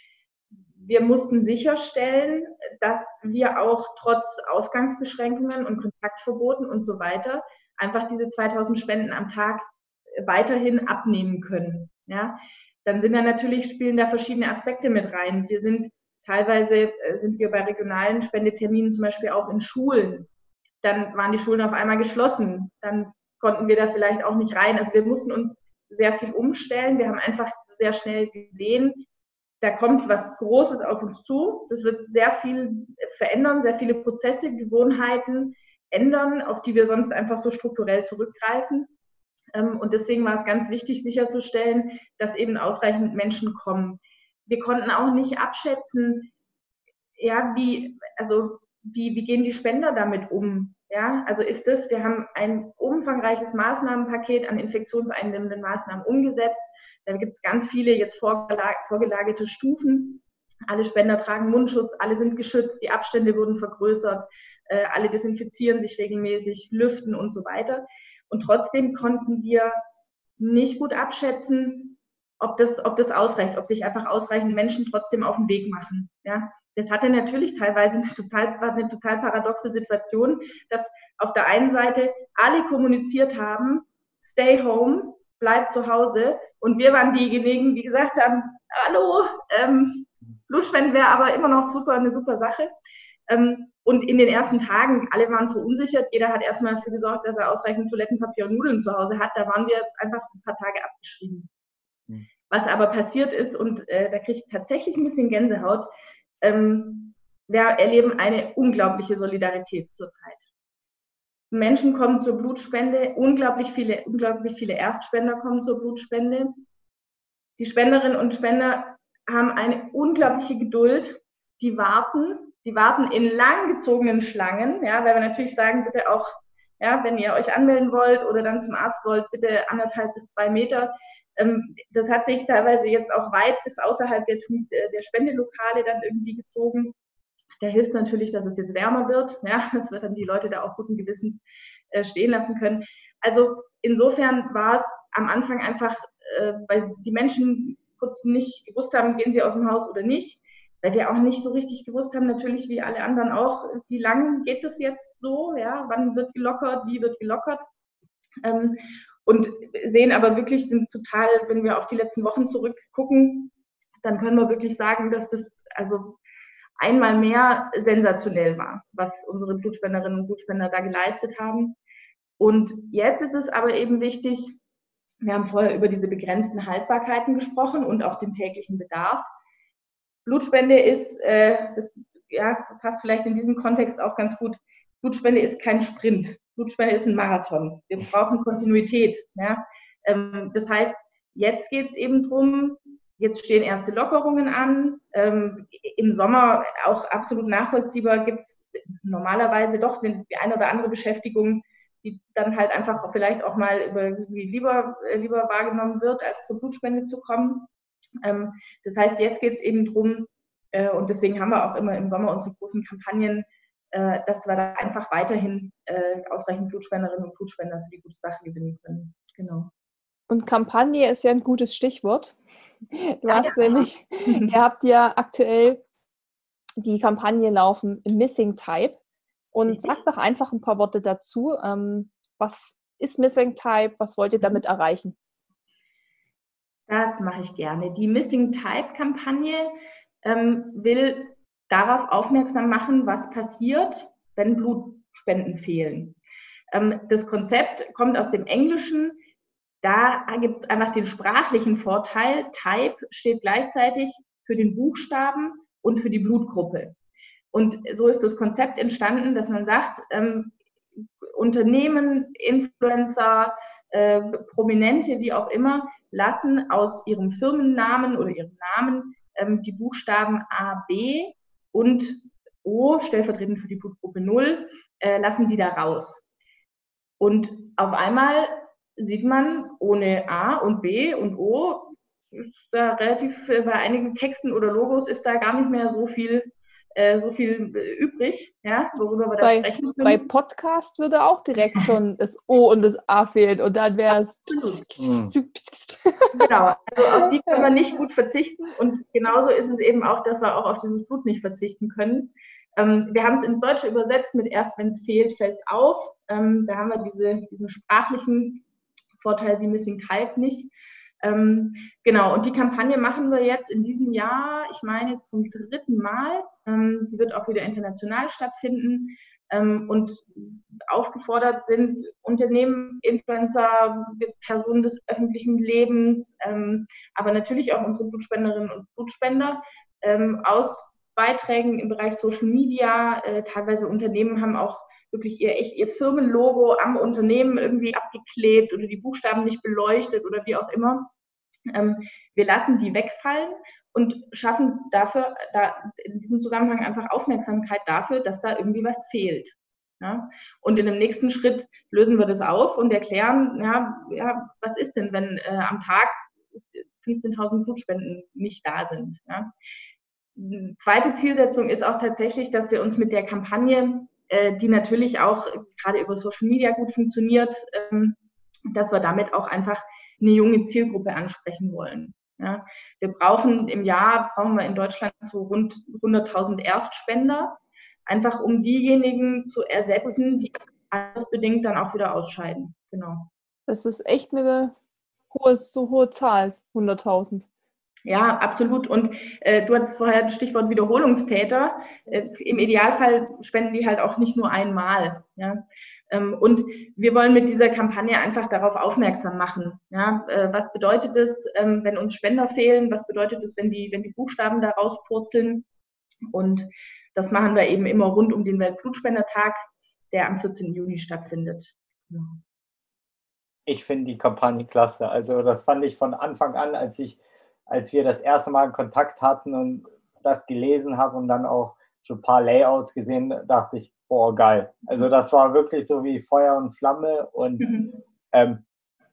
Wir mussten sicherstellen, dass wir auch trotz Ausgangsbeschränkungen und Kontaktverboten und so weiter einfach diese zweitausend Spenden am Tag weiterhin abnehmen können. Ja? Dann sind da natürlich, spielen da verschiedene Aspekte mit rein. Wir sind teilweise, sind wir bei regionalen Spendeterminen zum Beispiel auch in Schulen. Dann waren die Schulen auf einmal geschlossen. Dann konnten wir da vielleicht auch nicht rein. Also wir mussten uns sehr viel umstellen. Wir haben einfach sehr schnell gesehen, da kommt was Großes auf uns zu. Das wird sehr viel verändern, sehr viele Prozesse, Gewohnheiten ändern, auf die wir sonst einfach so strukturell zurückgreifen. Und deswegen war es ganz wichtig, sicherzustellen, dass eben ausreichend Menschen kommen. Wir konnten auch nicht abschätzen, ja, wie, also wie, wie gehen die Spender damit um? Ja, also ist das, wir haben ein umfangreiches Maßnahmenpaket an infektionseindämmenden Maßnahmen umgesetzt. Da gibt es ganz viele jetzt vorgelagerte Stufen. Alle Spender tragen Mundschutz, alle sind geschützt, die Abstände wurden vergrößert, äh, alle desinfizieren sich regelmäßig, lüften und so weiter. Und trotzdem konnten wir nicht gut abschätzen, ob das, ob das ausreicht, ob sich einfach ausreichend Menschen trotzdem auf den Weg machen. Ja? das hatte natürlich teilweise eine total, war eine total paradoxe Situation, dass auf der einen Seite alle kommuniziert haben, stay home, bleib zu Hause. Und wir waren diejenigen, die gesagt haben, hallo, ähm, Blutspenden wäre aber immer noch super, eine super Sache. Ähm, und in den ersten Tagen, alle waren verunsichert. Jeder hat erstmal dafür gesorgt, dass er ausreichend Toilettenpapier und Nudeln zu Hause hat. Da waren wir einfach ein paar Tage abgeschrieben. Mhm. Was aber passiert ist, und äh, da kriege ich tatsächlich ein bisschen Gänsehaut, ähm, wir erleben eine unglaubliche Solidarität zurzeit. Menschen kommen zur Blutspende, unglaublich viele, unglaublich viele Erstspender kommen zur Blutspende. Die Spenderinnen und Spender haben eine unglaubliche Geduld, die warten, die warten in langgezogenen Schlangen, ja, weil wir natürlich sagen, bitte auch, ja, wenn ihr euch anmelden wollt oder dann zum Arzt wollt, bitte anderthalb bis zwei Meter. Ähm, das hat sich teilweise jetzt auch weit bis außerhalb der, der Spendelokale dann irgendwie gezogen. Da hilft es natürlich, dass es jetzt wärmer wird, ja, dass wir dann die Leute da auch guten Gewissens äh, stehen lassen können. Also insofern war es am Anfang einfach, äh, weil die Menschen kurz nicht gewusst haben, gehen sie aus dem Haus oder nicht, weil wir auch nicht so richtig gewusst haben, natürlich wie alle anderen auch, wie lange geht es jetzt so, ja, wann wird gelockert, wie wird gelockert. Ähm, und sehen aber wirklich, sind total, wenn wir auf die letzten Wochen zurückgucken, dann können wir wirklich sagen, dass das also einmal mehr sensationell war, was unsere Blutspenderinnen und Blutspender da geleistet haben. Und jetzt ist es aber eben wichtig, wir haben vorher über diese begrenzten Haltbarkeiten gesprochen und auch den täglichen Bedarf. Blutspende ist, äh, das ja, passt vielleicht in diesem Kontext auch ganz gut, Blutspende ist kein Sprint, Blutspende ist ein Marathon. Wir brauchen Kontinuität. Ja? Ähm, das heißt, jetzt geht es eben darum, jetzt stehen erste Lockerungen an. Ähm, im Sommer auch absolut nachvollziehbar gibt es normalerweise doch die eine oder andere Beschäftigung, die dann halt einfach vielleicht auch mal irgendwie lieber, äh, lieber wahrgenommen wird, als zur Blutspende zu kommen. Ähm, das heißt, jetzt geht es eben darum, äh, und deswegen haben wir auch immer im Sommer unsere großen Kampagnen, äh, dass wir da einfach weiterhin äh, ausreichend Blutspenderinnen und Blutspender für die gute Sache gewinnen können. Genau. Und Kampagne ist ja ein gutes Stichwort. Du hast ja, nämlich, ihr habt ja aktuell die Kampagne laufen Missing Type. Und Richtig. Sag doch einfach ein paar Worte dazu. Ähm, was ist Missing Type? Was wollt ihr damit erreichen? Das mache ich gerne. Die Missing Type-Kampagne ähm, will darauf aufmerksam machen, was passiert, wenn Blutspenden fehlen. Ähm, das Konzept kommt aus dem Englischen. Da gibt es einfach den sprachlichen Vorteil. Type steht gleichzeitig für den Buchstaben und für die Blutgruppe. Und so ist das Konzept entstanden, dass man sagt, ähm, Unternehmen, Influencer, äh, Prominente, wie auch immer, lassen aus ihrem Firmennamen oder ihrem Namen ähm, die Buchstaben A, B und O, stellvertretend für die Blutgruppe null, äh, lassen die da raus. Und auf einmal sieht man, ohne A und B und O, ist da relativ, bei einigen Texten oder Logos ist da gar nicht mehr so viel, äh, so viel übrig, ja, worüber wir da bei, sprechen können. Bei Podcast würde auch direkt schon das O und das A fehlen und dann wäre es... Genau, also auf die können wir nicht gut verzichten und genauso ist es eben auch, dass wir auch auf dieses Blut nicht verzichten können. Ähm, wir haben es ins Deutsche übersetzt mit erst wenn es fehlt, fällt es auf. Ähm, da haben wir diese, diesen sprachlichen Vorteil wie Missing Type nicht. Ähm, genau, und die Kampagne machen wir jetzt in diesem Jahr, ich meine, zum dritten Mal. Ähm, sie wird auch wieder international stattfinden. Ähm, und aufgefordert sind Unternehmen, Influencer, Personen des öffentlichen Lebens, ähm, aber natürlich auch unsere Blutspenderinnen und Blutspender ähm, aus Beiträgen im Bereich Social Media. Äh, teilweise Unternehmen haben auch wirklich ihr, echt ihr Firmenlogo am Unternehmen irgendwie abgeklebt oder die Buchstaben nicht beleuchtet oder wie auch immer. Ähm, wir lassen die wegfallen und schaffen dafür, da in diesem Zusammenhang einfach Aufmerksamkeit dafür, dass da irgendwie was fehlt. Ja? Und in dem nächsten Schritt lösen wir das auf und erklären, ja, ja was ist denn, wenn äh, am Tag fünfzehntausend Blutspenden nicht da sind. Ja? Die zweite Zielsetzung ist auch tatsächlich, dass wir uns mit der Kampagne, äh, die natürlich auch gerade über Social Media gut funktioniert, ähm, dass wir damit auch einfach eine junge Zielgruppe ansprechen wollen. Ja. Wir brauchen im Jahr, brauchen wir in Deutschland so rund hunderttausend Erstspender, einfach um diejenigen zu ersetzen, die altersbedingt dann auch wieder ausscheiden. Genau. Das ist echt eine hohe, so hohe Zahl, hunderttausend. Ja, absolut. Und äh, du hattest vorher das Stichwort Wiederholungstäter. Äh, Im Idealfall spenden die halt auch nicht nur einmal. Ja? Ähm, und wir wollen mit dieser Kampagne einfach darauf aufmerksam machen. Ja? Äh, was bedeutet es, ähm, wenn uns Spender fehlen? Was bedeutet es, wenn die, wenn die Buchstaben da rauspurzeln? Und das machen wir eben immer rund um den Weltblutspendertag, der am vierzehnten Juni stattfindet. Ja. Ich finde die Kampagne klasse. Also das fand ich von Anfang an, als ich als wir das erste Mal Kontakt hatten und das gelesen habe und dann auch schon ein paar Layouts gesehen, dachte ich, boah, geil. Also das war wirklich so wie Feuer und Flamme und mhm. ähm,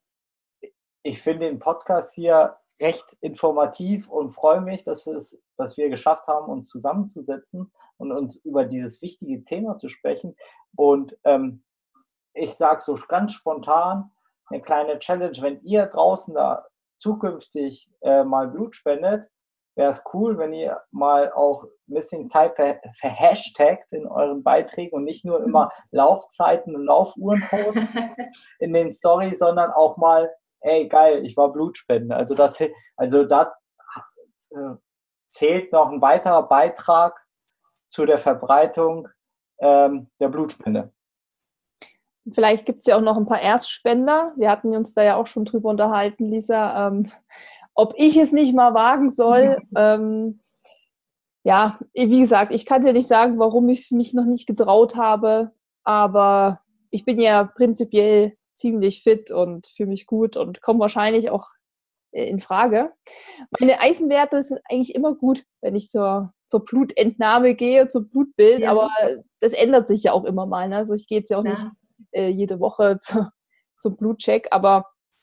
ich finde den Podcast hier recht informativ und freue mich, dass wir es, dass wir geschafft haben, uns zusammenzusetzen und uns über dieses wichtige Thema zu sprechen. Und ähm, ich sage so ganz spontan, eine kleine Challenge, wenn ihr draußen da zukünftig äh, mal Blut spendet, wäre es cool, wenn ihr mal auch Missing Type ver- verhashtagt in euren Beiträgen und nicht nur immer Laufzeiten und Laufuhren post in den Storys, sondern auch mal, ey, geil, ich war Blutspenden. Also das, also da äh, zählt noch ein weiterer Beitrag zu der Verbreitung ähm, der Blutspende. Vielleicht gibt es ja auch noch ein paar Erstspender. Wir hatten uns da ja auch schon drüber unterhalten, Lisa, ähm, ob ich es nicht mal wagen soll. ähm, ja, wie gesagt, ich kann dir nicht sagen, warum ich mich noch nicht getraut habe, aber ich bin ja prinzipiell ziemlich fit und fühle mich gut und komme wahrscheinlich auch in Frage. Meine Eisenwerte sind eigentlich immer gut, wenn ich zur, zur Blutentnahme gehe, zum Blutbild, ja, aber super. Das ändert sich ja auch immer mal. Ne? Also ich gehe jetzt ja auch ja. nicht äh, jede Woche zu, zum Blutcheck, aber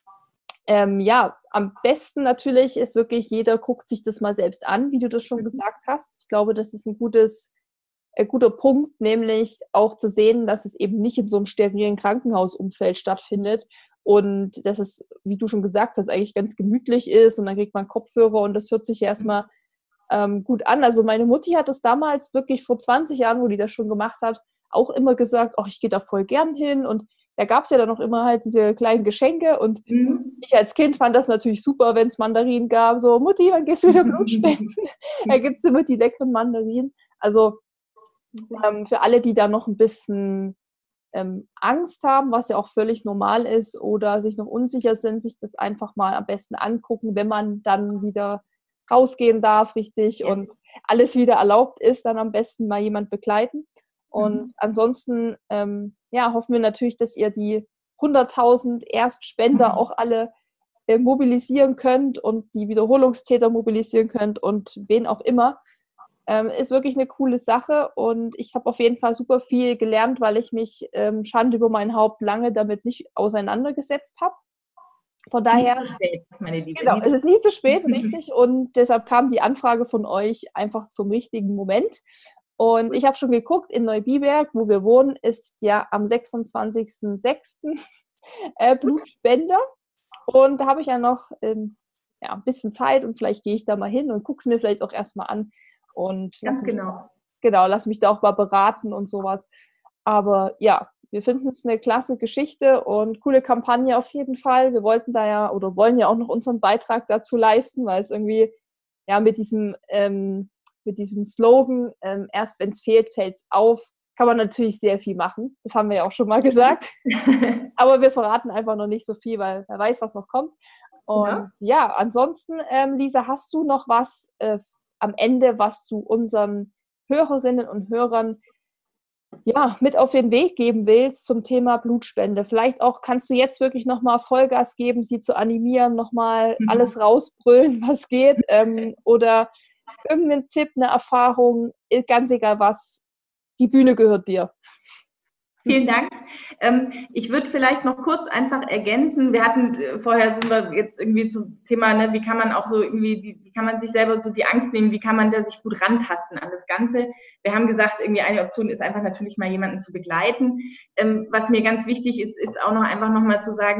ähm, ja, am besten natürlich ist wirklich, jeder guckt sich das mal selbst an, wie du das schon mhm. gesagt hast. Ich glaube, das ist ein gutes, ein guter Punkt, nämlich auch zu sehen, dass es eben nicht in so einem sterilen Krankenhausumfeld stattfindet und dass es, wie du schon gesagt hast, eigentlich ganz gemütlich ist und dann kriegt man Kopfhörer und das hört sich ja erstmal ähm, gut an. Also meine Mutti hat das damals wirklich vor zwanzig Jahren, wo die das schon gemacht hat, auch immer gesagt, ach, ich gehe da voll gern hin und da gab es ja dann auch immer halt diese kleinen Geschenke und mhm. ich als Kind fand das natürlich super, wenn es Mandarinen gab, so, Mutti, wann gehst du wieder Blut spenden? Da gibt es immer die leckeren Mandarinen. Also ähm, für alle, die da noch ein bisschen ähm, Angst haben, was ja auch völlig normal ist oder sich noch unsicher sind, sich das einfach mal am besten angucken, wenn man dann wieder rausgehen darf, richtig, yes. und alles wieder erlaubt ist, dann am besten mal jemand begleiten. Und mhm. ansonsten ähm, ja, hoffen wir natürlich, dass ihr die hunderttausend Erstspender mhm. auch alle äh, mobilisieren könnt und die Wiederholungstäter mobilisieren könnt und wen auch immer. Ähm, ist wirklich eine coole Sache und ich habe auf jeden Fall super viel gelernt, weil ich mich ähm, Schande über mein Haupt lange damit nicht auseinandergesetzt habe. Von daher, nie zu spät, meine Liebe. Genau, es ist nie zu spät, richtig. Und deshalb kam die Anfrage von euch einfach zum richtigen Moment. Und ich habe schon geguckt, in Neubiberg, wo wir wohnen, ist ja am sechsundzwanzigsten sechsten äh, Blutspender. Und da habe ich ja noch ähm, ja, ein bisschen Zeit und vielleicht gehe ich da mal hin und gucke es mir vielleicht auch erstmal an. Und Ganz lass mich, genau. Genau, lass mich da auch mal beraten und sowas. Aber ja, wir finden es eine klasse Geschichte und coole Kampagne auf jeden Fall. Wir wollten da ja oder wollen ja auch noch unseren Beitrag dazu leisten, weil es irgendwie ja mit diesem ähm, mit diesem Slogan, ähm, erst wenn es fehlt, fällt es auf, kann man natürlich sehr viel machen. Das haben wir ja auch schon mal gesagt. Aber wir verraten einfach noch nicht so viel, weil wer weiß, was noch kommt. Und ja, ja ansonsten, ähm, Lisa, hast du noch was äh, am Ende, was du unseren Hörerinnen und Hörern ja, mit auf den Weg geben willst zum Thema Blutspende? Vielleicht auch kannst du jetzt wirklich nochmal Vollgas geben, sie zu animieren, nochmal mhm. alles rausbrüllen, was geht. Ähm, oder irgendeinen Tipp, eine Erfahrung, ganz egal was, die Bühne gehört dir. Vielen Dank. Ähm, ich würde vielleicht noch kurz einfach ergänzen. Wir hatten, äh, vorher sind wir jetzt irgendwie zum Thema, ne, wie kann man auch so irgendwie, die, wie kann man sich selber so die Angst nehmen, wie kann man da sich gut rantasten an das Ganze. Wir haben gesagt, irgendwie eine Option ist einfach natürlich mal jemanden zu begleiten. Ähm, was mir ganz wichtig ist, ist auch noch einfach nochmal zu sagen,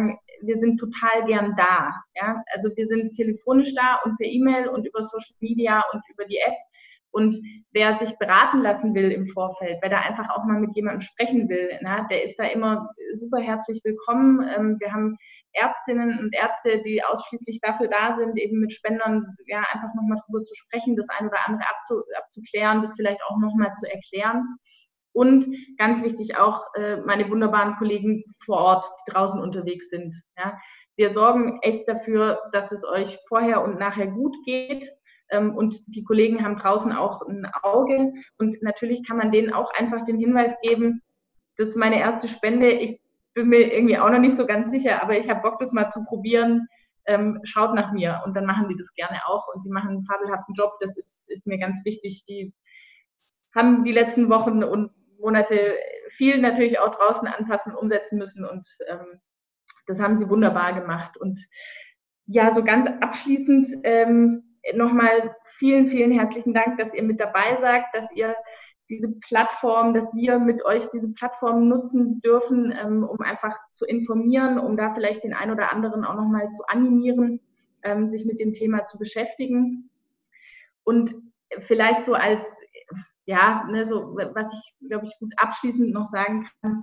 wir sind total gern da. Ja? Also wir sind telefonisch da und per E-Mail und über Social Media und über die App. Und wer sich beraten lassen will im Vorfeld, wer da einfach auch mal mit jemandem sprechen will, na, der ist da immer super herzlich willkommen. Ähm, wir haben Ärztinnen und Ärzte, die ausschließlich dafür da sind, eben mit Spendern ja einfach nochmal drüber zu sprechen, das eine oder andere abzu, abzuklären, das vielleicht auch nochmal zu erklären. Und ganz wichtig auch äh, meine wunderbaren Kollegen vor Ort, die draußen unterwegs sind. Ja. Wir sorgen echt dafür, dass es euch vorher und nachher gut geht. Und die Kollegen haben draußen auch ein Auge. Und natürlich kann man denen auch einfach den Hinweis geben, das ist meine erste Spende. Ich bin mir irgendwie auch noch nicht so ganz sicher, aber ich habe Bock, das mal zu probieren. Ähm, schaut nach mir. Und dann machen die das gerne auch. Und die machen einen fabelhaften Job. Das ist, ist mir ganz wichtig. Die haben die letzten Wochen und Monate viel natürlich auch draußen anpassen und umsetzen müssen. Und ähm, das haben sie wunderbar gemacht. Und ja, so ganz abschließend ähm, nochmal vielen, vielen herzlichen Dank, dass ihr mit dabei seid, dass ihr diese Plattform, dass wir mit euch diese Plattform nutzen dürfen, ähm, um einfach zu informieren, um da vielleicht den einen oder anderen auch nochmal zu animieren, ähm, sich mit dem Thema zu beschäftigen. Und vielleicht so als, ja, ne, so, was ich, glaube ich, gut abschließend noch sagen kann,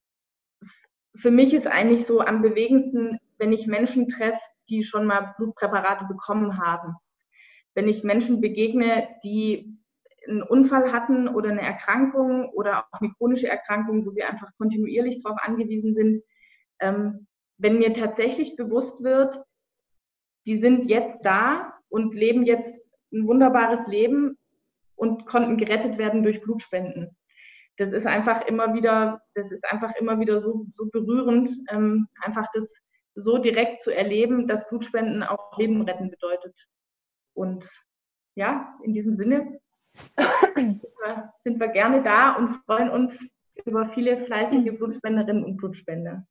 für mich ist eigentlich so am bewegendsten, wenn ich Menschen treffe, die schon mal Blutpräparate bekommen haben. Wenn ich Menschen begegne, die einen Unfall hatten oder eine Erkrankung oder auch eine chronische Erkrankung, wo sie einfach kontinuierlich darauf angewiesen sind, ähm, wenn mir tatsächlich bewusst wird, die sind jetzt da und leben jetzt ein wunderbares Leben und konnten gerettet werden durch Blutspenden. Das ist einfach immer wieder, das ist einfach immer wieder so, so berührend, ähm, einfach das so direkt zu erleben, dass Blutspenden auch Leben retten bedeutet. Und ja, in diesem Sinne sind wir, sind wir gerne da und freuen uns über viele fleißige Blutspenderinnen und Blutspender.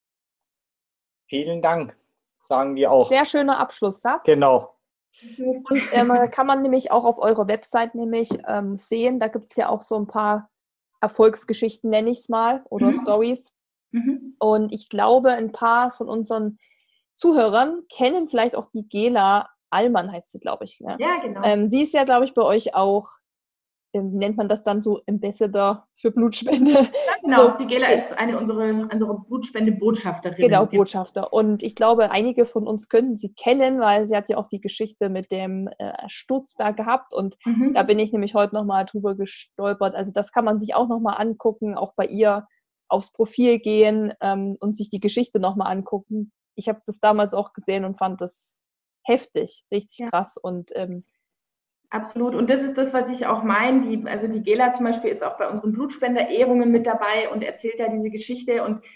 Vielen Dank, sagen wir auch. Sehr schöner Abschlusssatz. Genau. Und ähm, kann man nämlich auch auf eurer Website nämlich ähm, sehen, da gibt es ja auch so ein paar Erfolgsgeschichten, nenne ich es mal, oder mhm. Stories. Mhm. Und ich glaube, ein paar von unseren Zuhörern kennen vielleicht auch die Gela Allmann, heißt sie, glaube ich. Ne? Ja, genau. Ähm, sie ist ja, glaube ich, bei euch auch, ähm, nennt man das dann so, Ambassador für Blutspende. Ja, genau. So, die Gela ist eine unserer, unserer Blutspende-Botschafterinnen. Genau, Botschafter. Und ich glaube, einige von uns könnten sie kennen, weil sie hat ja auch die Geschichte mit dem äh, Sturz da gehabt. Und mhm. da bin ich nämlich heute nochmal drüber gestolpert. Also das kann man sich auch nochmal angucken, auch bei ihr aufs Profil gehen ähm, und sich die Geschichte nochmal angucken. Ich habe das damals auch gesehen und fand das heftig, richtig ja. krass. Und ähm, absolut. Und das ist das, was ich auch meine. Die, also die Gela zum Beispiel ist auch bei unseren Blutspender-Ehrungen mit dabei und erzählt ja diese Geschichte. Und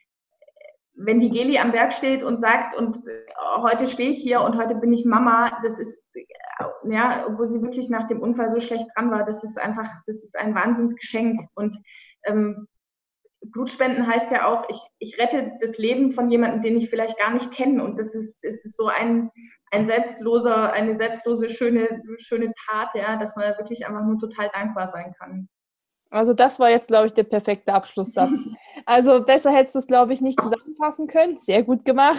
wenn die Geli am Berg steht und sagt, und heute stehe ich hier und heute bin ich Mama, das ist, ja, obwohl sie wirklich nach dem Unfall so schlecht dran war, das ist einfach, das ist ein Wahnsinnsgeschenk. Und ähm, Blutspenden heißt ja auch, ich, ich rette das Leben von jemandem, den ich vielleicht gar nicht kenne. Und das ist, das ist so ein, ein selbstloser, eine selbstlose, schöne, schöne Tat, ja, dass man da wirklich einfach nur total dankbar sein kann. Also das war jetzt, glaube ich, der perfekte Abschlusssatz. Also besser hättest du es, glaube ich, nicht zusammenfassen können. Sehr gut gemacht.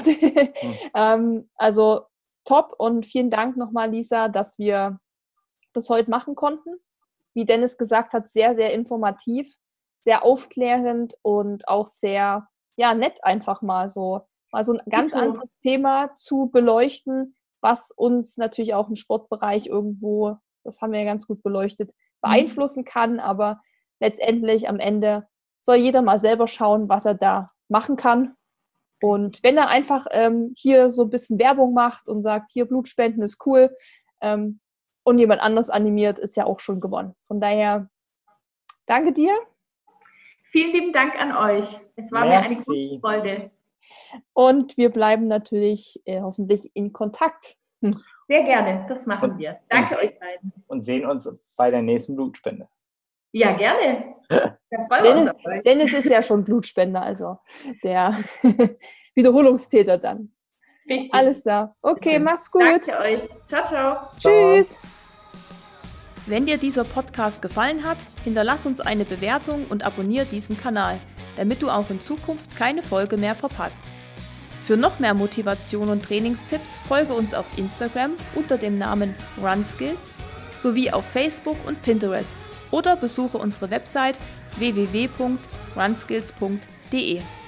ähm, also top und vielen Dank nochmal, Lisa, dass wir das heute machen konnten. Wie Dennis gesagt hat, sehr, sehr informativ, sehr aufklärend und auch sehr, ja, nett einfach mal so, mal so ein ganz okay. anderes Thema zu beleuchten, was uns natürlich auch im Sportbereich irgendwo, das haben wir ja ganz gut beleuchtet, beeinflussen kann, aber letztendlich am Ende soll jeder mal selber schauen, was er da machen kann. Und wenn er einfach ähm, hier so ein bisschen Werbung macht und sagt, hier Blutspenden ist cool ähm, und jemand anders animiert, ist ja auch schon gewonnen. Von daher, danke dir. Vielen lieben Dank an euch. Es war Merci. mir eine große Freude. Und wir bleiben natürlich äh, hoffentlich in Kontakt. Hm. Sehr gerne, das machen und, wir. Danke und, euch beiden. Und sehen uns bei der nächsten Blutspende. Ja, gerne. Das freuen wir Dennis, uns auf euch. Dennis ist ja schon Blutspender, also der Wiederholungstäter dann. Richtig. Alles klar. Okay, Schön. Mach's gut. Danke euch. Ciao, ciao. Tschüss. Ciao. Wenn dir dieser Podcast gefallen hat, hinterlass uns eine Bewertung und abonniere diesen Kanal, damit du auch in Zukunft keine Folge mehr verpasst. Für noch mehr Motivation und Trainingstipps folge uns auf Instagram unter dem Namen RunSkills sowie auf Facebook und Pinterest oder besuche unsere Website w w w punkt runskills punkt d e.